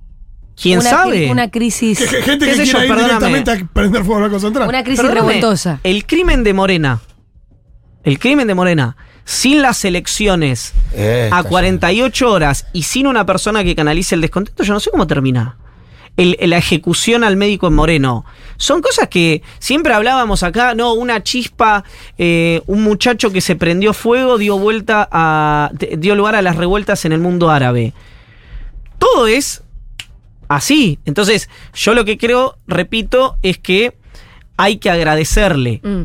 quién una, sabe, cri- Una crisis. Que- que gente ¿Qué que sé yo? quiera ir Perdóname. directamente a prender fuego a la Banco Central. Una crisis Perdóname, revoltosa. el crimen de Morena, el crimen de Morena, sin las elecciones Eh, a está cuarenta y ocho horas y sin una persona que canalice el descontento, yo no sé cómo termina. El- la ejecución al médico en Moreno. Son cosas que siempre hablábamos acá, no, una chispa, eh, un muchacho que se prendió fuego dio vuelta a. de- dio lugar a las revueltas en el mundo árabe. Todo es así. Entonces, yo lo que creo, repito, es que hay que agradecerle. Mm.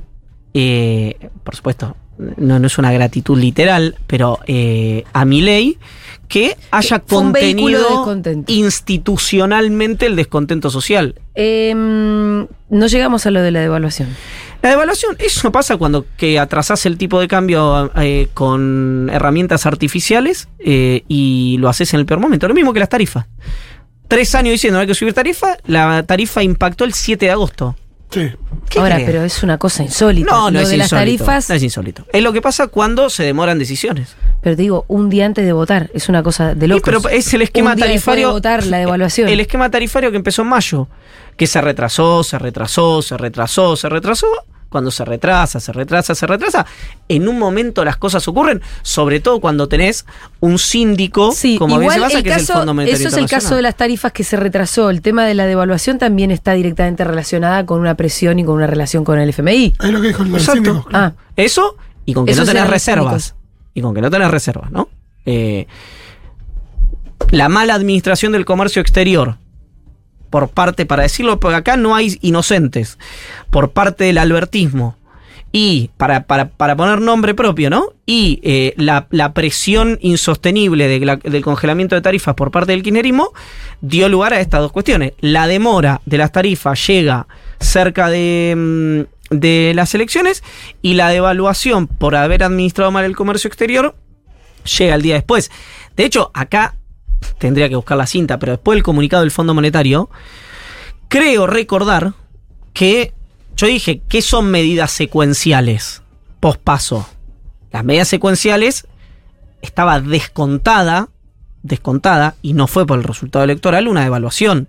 Eh, por supuesto, no, no es una gratitud literal, pero eh, a Milei que haya Fue un vehículo de contenido descontento. institucionalmente el descontento social. Eh, no llegamos a lo de la devaluación. La devaluación, eso pasa cuando que atrasás el tipo de cambio eh, con herramientas artificiales eh, y lo haces en el peor momento. Lo mismo que las tarifas. Tres años diciendo no hay que subir tarifa, la tarifa impactó el siete de agosto. Sí. ¿Qué Ahora, crees? pero es una cosa insólita. No, no lo es de las insólito. tarifas, No es insólito. Es lo que pasa cuando se demoran decisiones. pero te digo, un día antes de votar, es una cosa de Sí, locos. pero es el esquema un día después tarifario. de votar la devaluación. El esquema tarifario que empezó en mayo, que se retrasó, se retrasó, se retrasó, se retrasó. Cuando se retrasa, se retrasa, se retrasa, en un momento las cosas ocurren, sobre todo cuando tenés un síndico, Sí, como bien igual se basa, el que es el caso, Fondo Monetario eso es el caso de Internacional. las tarifas que se retrasó. El tema de la devaluación también está directamente relacionada con una presión y con una relación con el F M I. Ahí lo que dijo el Exacto. síndico. Ah, Eso, y con que Esos no tenés eran los reservas. síndicos. Y con que no tenés reservas, ¿no? Eh, la mala administración del comercio exterior, por parte, para decirlo, porque acá no hay inocentes, por parte del albertismo, y para, para, para poner nombre propio, ¿no? Y eh, la, la presión insostenible de la- del congelamiento de tarifas por parte del kirchnerismo dio lugar a estas dos cuestiones. La demora de las tarifas llega cerca de, de las elecciones, y la devaluación por haber administrado mal el comercio exterior llega el día después. De hecho, acá tendría que buscar la cinta, pero después del comunicado del Fondo Monetario, creo recordar que yo dije, ¿qué son medidas secuenciales? Pospaso. Las medidas secuenciales estaba descontada, descontada, y no fue por el resultado electoral, una devaluación.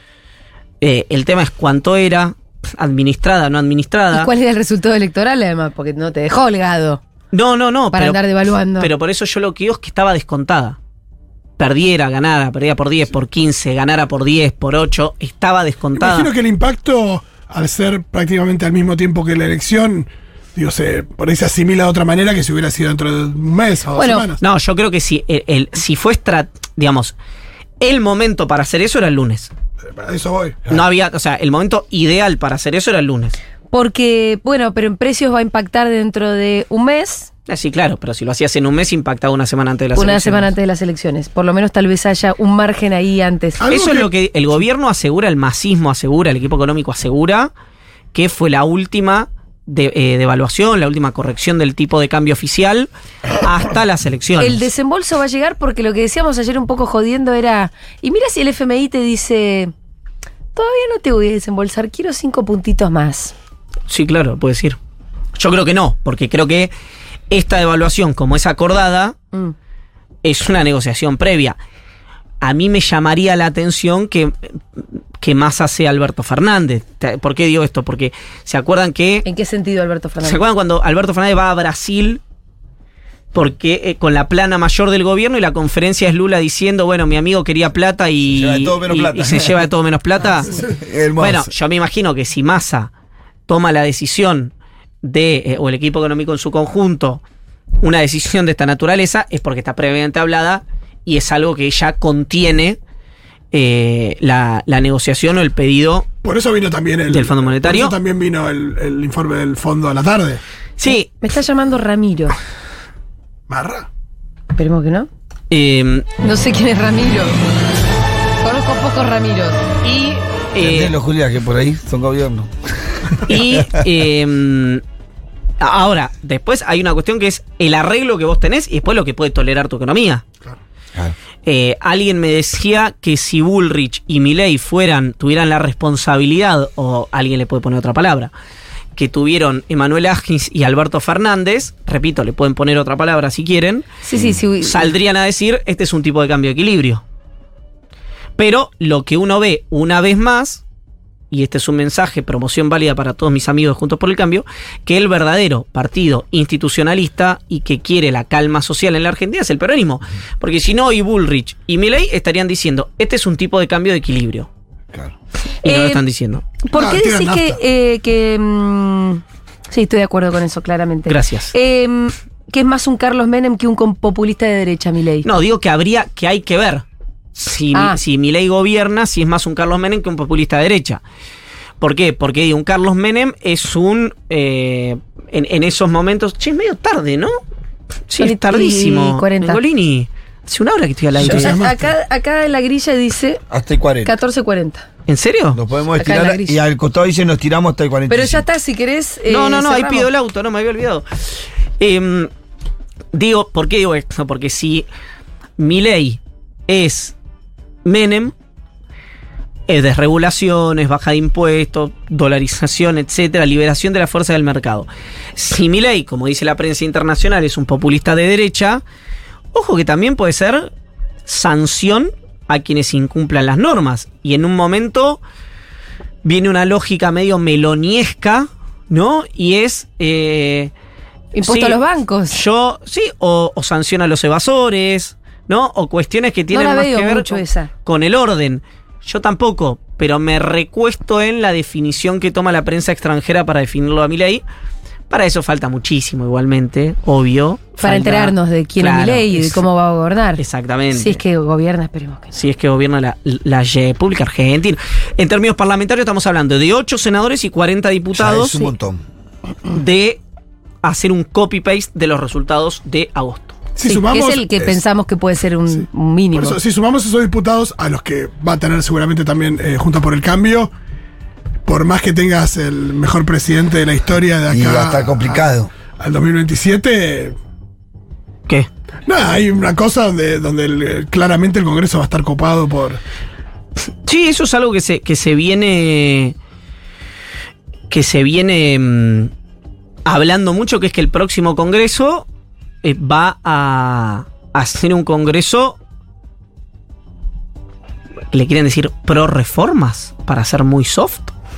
Eh, el tema es cuánto era, administrada, no administrada. ¿Y cuál era el resultado electoral, además? Porque no te dejó holgado. No, no, no. Para pero, andar devaluando. Pero por eso yo lo que digo es que estaba descontada. Perdiera, ganara, perdía por diez, por quince, ganara por diez, por ocho, estaba descontada. Imagino que el impacto, al ser prácticamente al mismo tiempo que la elección, digo, se, por ahí se asimila de otra manera que si hubiera sido dentro de un mes o Bueno, dos semanas. No, yo creo que si, el, el- si fue, estra- digamos, el momento para hacer eso era el lunes. Para eso voy. No había, o sea, el momento ideal para hacer eso era el lunes. Porque, bueno, pero en precios va a impactar dentro de un mes, Ah, sí, claro, pero si lo hacías en un mes, impactaba una semana antes de las una elecciones. semana antes de las elecciones. Por lo menos tal vez haya un margen ahí antes. Algo Eso que- es lo que el gobierno asegura, el masismo asegura, el equipo económico asegura, que fue la última de, eh, devaluación, la última corrección del tipo de cambio oficial hasta las elecciones. El desembolso va a llegar porque lo que decíamos ayer un poco jodiendo era, y mira si el F M I te dice, todavía no te voy a desembolsar, quiero cinco puntitos más. Sí, claro, puede decir. Yo creo que no, porque creo que esta devaluación, como es acordada, Mm. es una negociación previa. A mí me llamaría la atención que, que Massa sea Alberto Fernández. ¿Por qué digo esto? Porque se acuerdan que... ¿En qué sentido, Alberto ¿Se Fernández? acuerdan cuando Alberto Fernández va a Brasil porque eh, con la plana mayor del gobierno y la conferencia es Lula diciendo, bueno, mi amigo quería plata y, Se lleva de todo menos y- plata. y se lleva de todo menos plata? Hermoso. Bueno, yo me imagino que si Massa toma la decisión de, eh, o el equipo económico en su conjunto, una decisión de esta naturaleza, es porque está previamente hablada y es algo que ya contiene eh, la, la negociación o el pedido. Por eso vino también el. Del Fondo Monetario. Por eso también vino el, el informe del fondo a la tarde. Sí, Me está llamando Ramiro. Marra. Esperemos que no. eh, No sé quién es Ramiro. Conozco pocos Ramiros. y... eh, Entendelo, Julia, que por ahí son gobierno. Y eh, ahora, después hay una cuestión que es el arreglo que vos tenés y después lo que puede tolerar tu economía. Claro. Eh, alguien me decía que si Bullrich y Milei fueran, tuvieran la responsabilidad, o alguien le puede poner otra palabra, que tuvieron Emanuel Agis y Alberto Fernández, repito, le pueden poner otra palabra si quieren, Sí, sí, sí. saldrían a decir, este es un tipo de cambio de equilibrio. Pero lo que uno ve una vez más, y este es un mensaje, promoción válida para todos mis amigos Juntos por el Cambio, que el verdadero partido institucionalista y que quiere la calma social en la Argentina es el peronismo. Porque si no, y Bullrich y Milei estarían diciendo, este es un tipo de cambio de equilibrio. Claro. Y no Eh, lo están diciendo. ¿Por Ah, qué tiran decís que, nafta. eh, que mm, sí, estoy de acuerdo con eso, claramente. Gracias. Eh, que es más un Carlos Menem que un com- populista de derecha, Milei. No, digo que habría, que hay que ver si, Ah. mi- si Milei gobierna, si es más un Carlos Menem que un populista de derecha. ¿Por qué? Porque digo, un Carlos Menem es un, eh, en, en esos momentos, che, es medio tarde, ¿no? Sí, Son y- es tardísimo. y cuarenta. Mengolini, hace una hora que estoy al aire. Yo- A- acá, acá en la grilla dice Hasta el cuarenta. catorce cuarenta. ¿En serio? Nos podemos Acá en la estirar grilla. y al costado dice nos tiramos hasta el cuarenta y cinco. Pero ya está, si querés. eh, no, no, no, ahí cerramos. pido el auto, no me había olvidado. Em, digo, ¿por qué digo esto? Porque si Milei es Menem, es desregulaciones, baja de impuestos, dolarización, etcétera, liberación de la fuerza del mercado. Si Milei, como dice la prensa internacional, es un populista de derecha, ojo que también puede ser sanción a quienes incumplan las normas. Y en un momento viene una lógica medio meloniesca, ¿no? Y es... eh, Impuesto sí, a los bancos. Yo, sí, o, o sanciona a los evasores, ¿no? O cuestiones que tienen la más veo que ver mucho con, esa. con el orden. Yo tampoco, pero me recuesto en la definición que toma la prensa extranjera para definirlo a Milei. Para eso falta muchísimo, igualmente, obvio. Para Falta- enterarnos de quién Claro, es Milei y de es- cómo va a gobernar. Exactamente. Si es que gobierna, esperemos que no. Si es que gobierna la, la República Argentina. En términos parlamentarios estamos hablando de ocho senadores y cuarenta Ya diputados es un montón. de hacer un copy-paste de los resultados de agosto. Si Sí, sumamos. que es el que es- pensamos que puede ser un, sí. un mínimo. Por eso, si sumamos esos diputados a los que va a tener seguramente también eh, Juntos por el Cambio, por más que tengas el mejor presidente de la historia de acá. Y va a estar complicado. a- al dos mil veintisiete. ¿Qué? Nada, hay una cosa donde, donde el- claramente el Congreso va a estar copado por. Sí, eso es algo que se, que se viene. Que se viene mm, hablando mucho, que es que el próximo Congreso eh, va a, a ser un Congreso. Le quieren decir pro reformas para ser muy soft.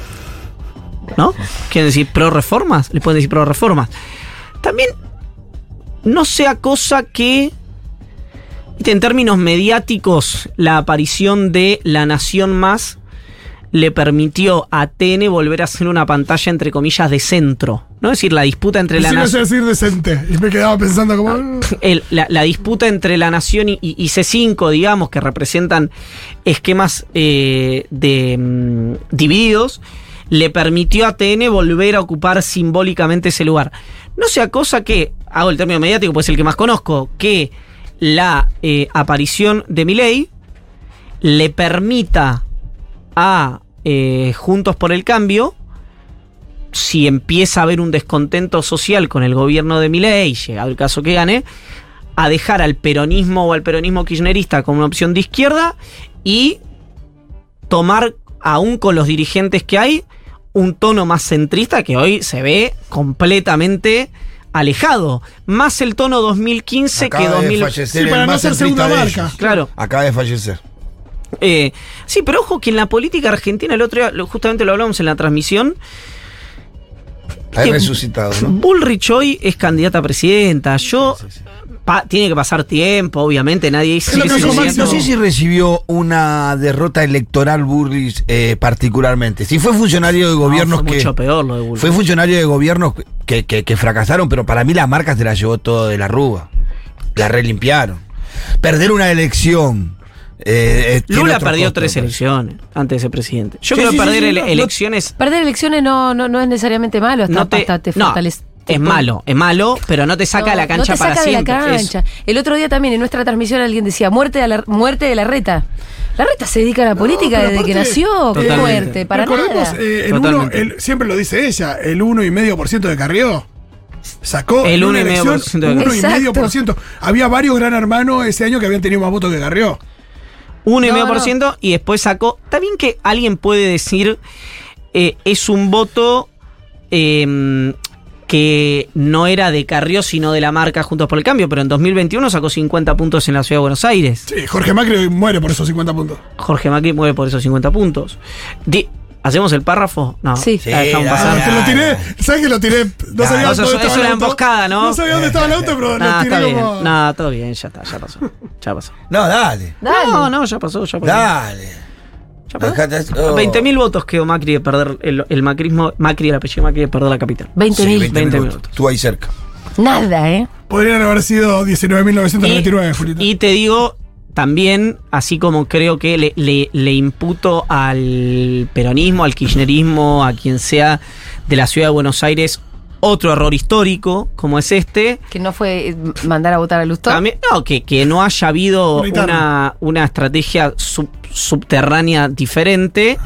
¿No? Quieren decir pro reformas, le pueden decir pro reformas. También no sea cosa que, viste, en términos mediáticos, la aparición de La Nación Más le permitió a T N volver a ser una pantalla, entre comillas, de centro. ¿No? Es decir, la disputa entre La Sí, no sé Nación. decir decente. Y me quedaba pensando como. El- la, la disputa entre La Nación y, y- y C cinco, digamos, que representan esquemas eh, de mm, divididos, le permitió a T N volver a ocupar simbólicamente ese lugar. No sea cosa que, hago el término mediático, pues es el que más conozco, que la eh, aparición de Milei le permita a eh, Juntos por el Cambio, si empieza a haber un descontento social con el gobierno de Milei, llegado el caso que gane, a dejar al peronismo o al peronismo kirchnerista como una opción de izquierda y tomar, aún con los dirigentes que hay, un tono más centrista que hoy se ve completamente alejado. Más el tono dos mil quince Acaba que de dos mil... fallecer Sí, el para no más ser centrista segunda de marca. ellos. Claro. Acaba de fallecer. Eh, sí, pero ojo que en la política argentina, el otro día, lo- justamente lo hablamos en la transmisión, Ha que resucitado, ¿no? Bullrich hoy es candidata a presidenta. Yo... pa- tiene que pasar tiempo, obviamente, nadie dice... Es lo que dijo Maxi, No sé si recibió una derrota electoral Bullrich eh, particularmente. Si fue funcionario de gobiernos fue que... mucho peor lo de Bullrich. Fue funcionario de gobiernos que, que- que fracasaron, pero para mí las marcas se las llevó todo de la rúa. La relimpiaron. Perder una elección. eh, eh, tiene Lula otro perdió costo, tres me parece. elecciones antes de ser presidente. Yo Sí, creo sí, que sí, perder sí, ele- no, no- elecciones Perder elecciones no, no, no es necesariamente malo, hasta, no te, hasta te no, fortalece. es malo, es malo, pero no te saca No, la cancha no te para saca siempre. de la cancha. Es- El otro día también en nuestra transmisión alguien decía muerte de la, muerte de la reta. La reta se dedica a la política pero desde que aparte- nació. Qué Totalmente. muerte, para Recordemos, nada. eh, el uno, Totalmente. el- siempre lo dice ella, el uno coma cinco por ciento de Carrió. Sacó El en una uno coma cinco por ciento elección de uno coma cinco por ciento. Había varios gran hermanos ese año que habían tenido más votos que Carrió. uno coma cinco No, por ciento y después sacó. Está bien que alguien puede decir eh, es un voto eh, que no era de Carrió, sino de la marca Juntos por el Cambio, pero en dos mil veintiuno sacó cincuenta puntos en la ciudad de Buenos Aires. Sí, Jorge Macri muere por esos cincuenta puntos. Jorge Macri muere por esos cincuenta puntos. Di- ¿Hacemos el párrafo? No, Sí. la dejamos Sí, pasar. dale. Te lo tiré, ¿sabes que lo tiré? No Ah, sabía eso- dónde eso estaba era el auto. emboscada, ¿no? No sabía dónde estaba el auto, pero Nah, lo tiré está bien. como. Nah, todo bien, ya está, ya pasó. Ya pasó. No, dale. Dale. No, no, ya pasó, ya pasó. Dale. Ya pasó. Dejate- oh. veinte mil votos quedó Macri de perder el, el macrismo, Macri, el apellido Macri de perder la capital. veinte mil. Sí, veinte veinte minutos. minutos. Estuvo ahí cerca. Nada, ¿eh? Podrían haber sido diecinueve mil novecientos noventa y nueve, Julita. Y te digo, también, así como creo que le, le, le imputo al peronismo, al kirchnerismo, a quien sea de la ciudad de Buenos Aires, otro error histórico, como es este. Que no fue eh, mandar a votar a Lustó. También, no, que, que no haya habido Una interna. una, una estrategia sub- subterránea diferente.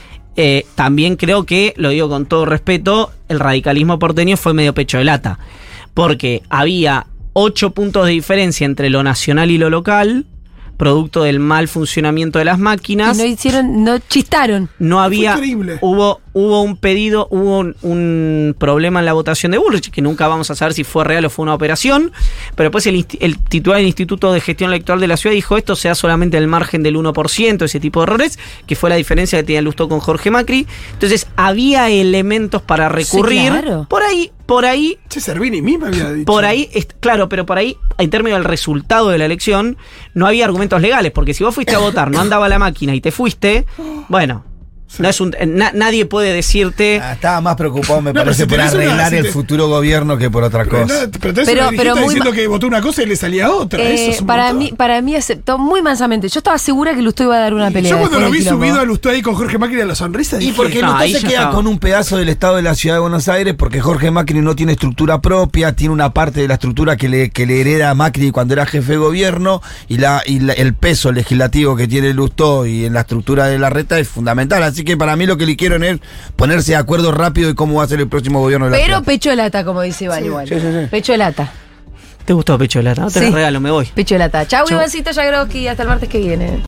Eh, también creo que, lo digo con todo respeto, el radicalismo porteño fue medio pecho de lata. Porque había ocho puntos de diferencia entre lo nacional y lo local, producto del mal funcionamiento de las Y máquinas. no hicieron, no chistaron. No había. increíble. Hubo, hubo un pedido, hubo un, un problema en la votación de Bullrich, que nunca vamos a saber si fue real o fue una operación. Pero después el, insti- el titular del Instituto de Gestión Electoral de la Ciudad dijo esto sea solamente el margen del uno por ciento, ese tipo de errores, que fue la diferencia que tenía Lustó con Jorge Macri. Entonces había elementos para recurrir. claro. Por ahí, por ahí Che, Servini misma había dicho. por ahí, es- claro, pero por ahí, en términos del resultado de la elección, no había argumentos legales, porque si vos fuiste a votar, no andaba la máquina y te fuiste, bueno, no es un, na- nadie puede decirte. Ah, estaba más preocupado, me No, pero parece, si por tenés una- arreglar si el te- futuro gobierno que por otra Pero, cosa. no, pero, tenés Pero- una pero viejita muy diciendo ma- que votó una cosa y le salía otra. Eh, Eso es un para montón. mí, para mí aceptó muy mansamente. Yo estaba segura que Lustó iba a dar una pelea. Yo cuando después lo vi del quilombo. subido a Lustó ahí con Jorge Macri a la sonrisa, Y dije, porque no, Lustó ahí se ya queda estaba. con un pedazo del Estado de la Ciudad de Buenos Aires porque Jorge Macri no tiene estructura propia, tiene una parte de la estructura que le, que le hereda a Macri cuando era jefe de gobierno y, la, y la- el peso legislativo que tiene Lustó y en la estructura de la reta es fundamental. Así así que para mí lo que le quieren es ponerse de acuerdo rápido de cómo va a ser el próximo gobierno de la Pero ciudad. pecho de lata, como dice Iván, igual. sí, sí, sí. Pecho de lata. ¿Te gustó Pecho de Lata? No te Sí. lo regalo, me voy. Pecho de lata. Chau, Chau. Ivancito Jagroski. Hasta el martes que viene.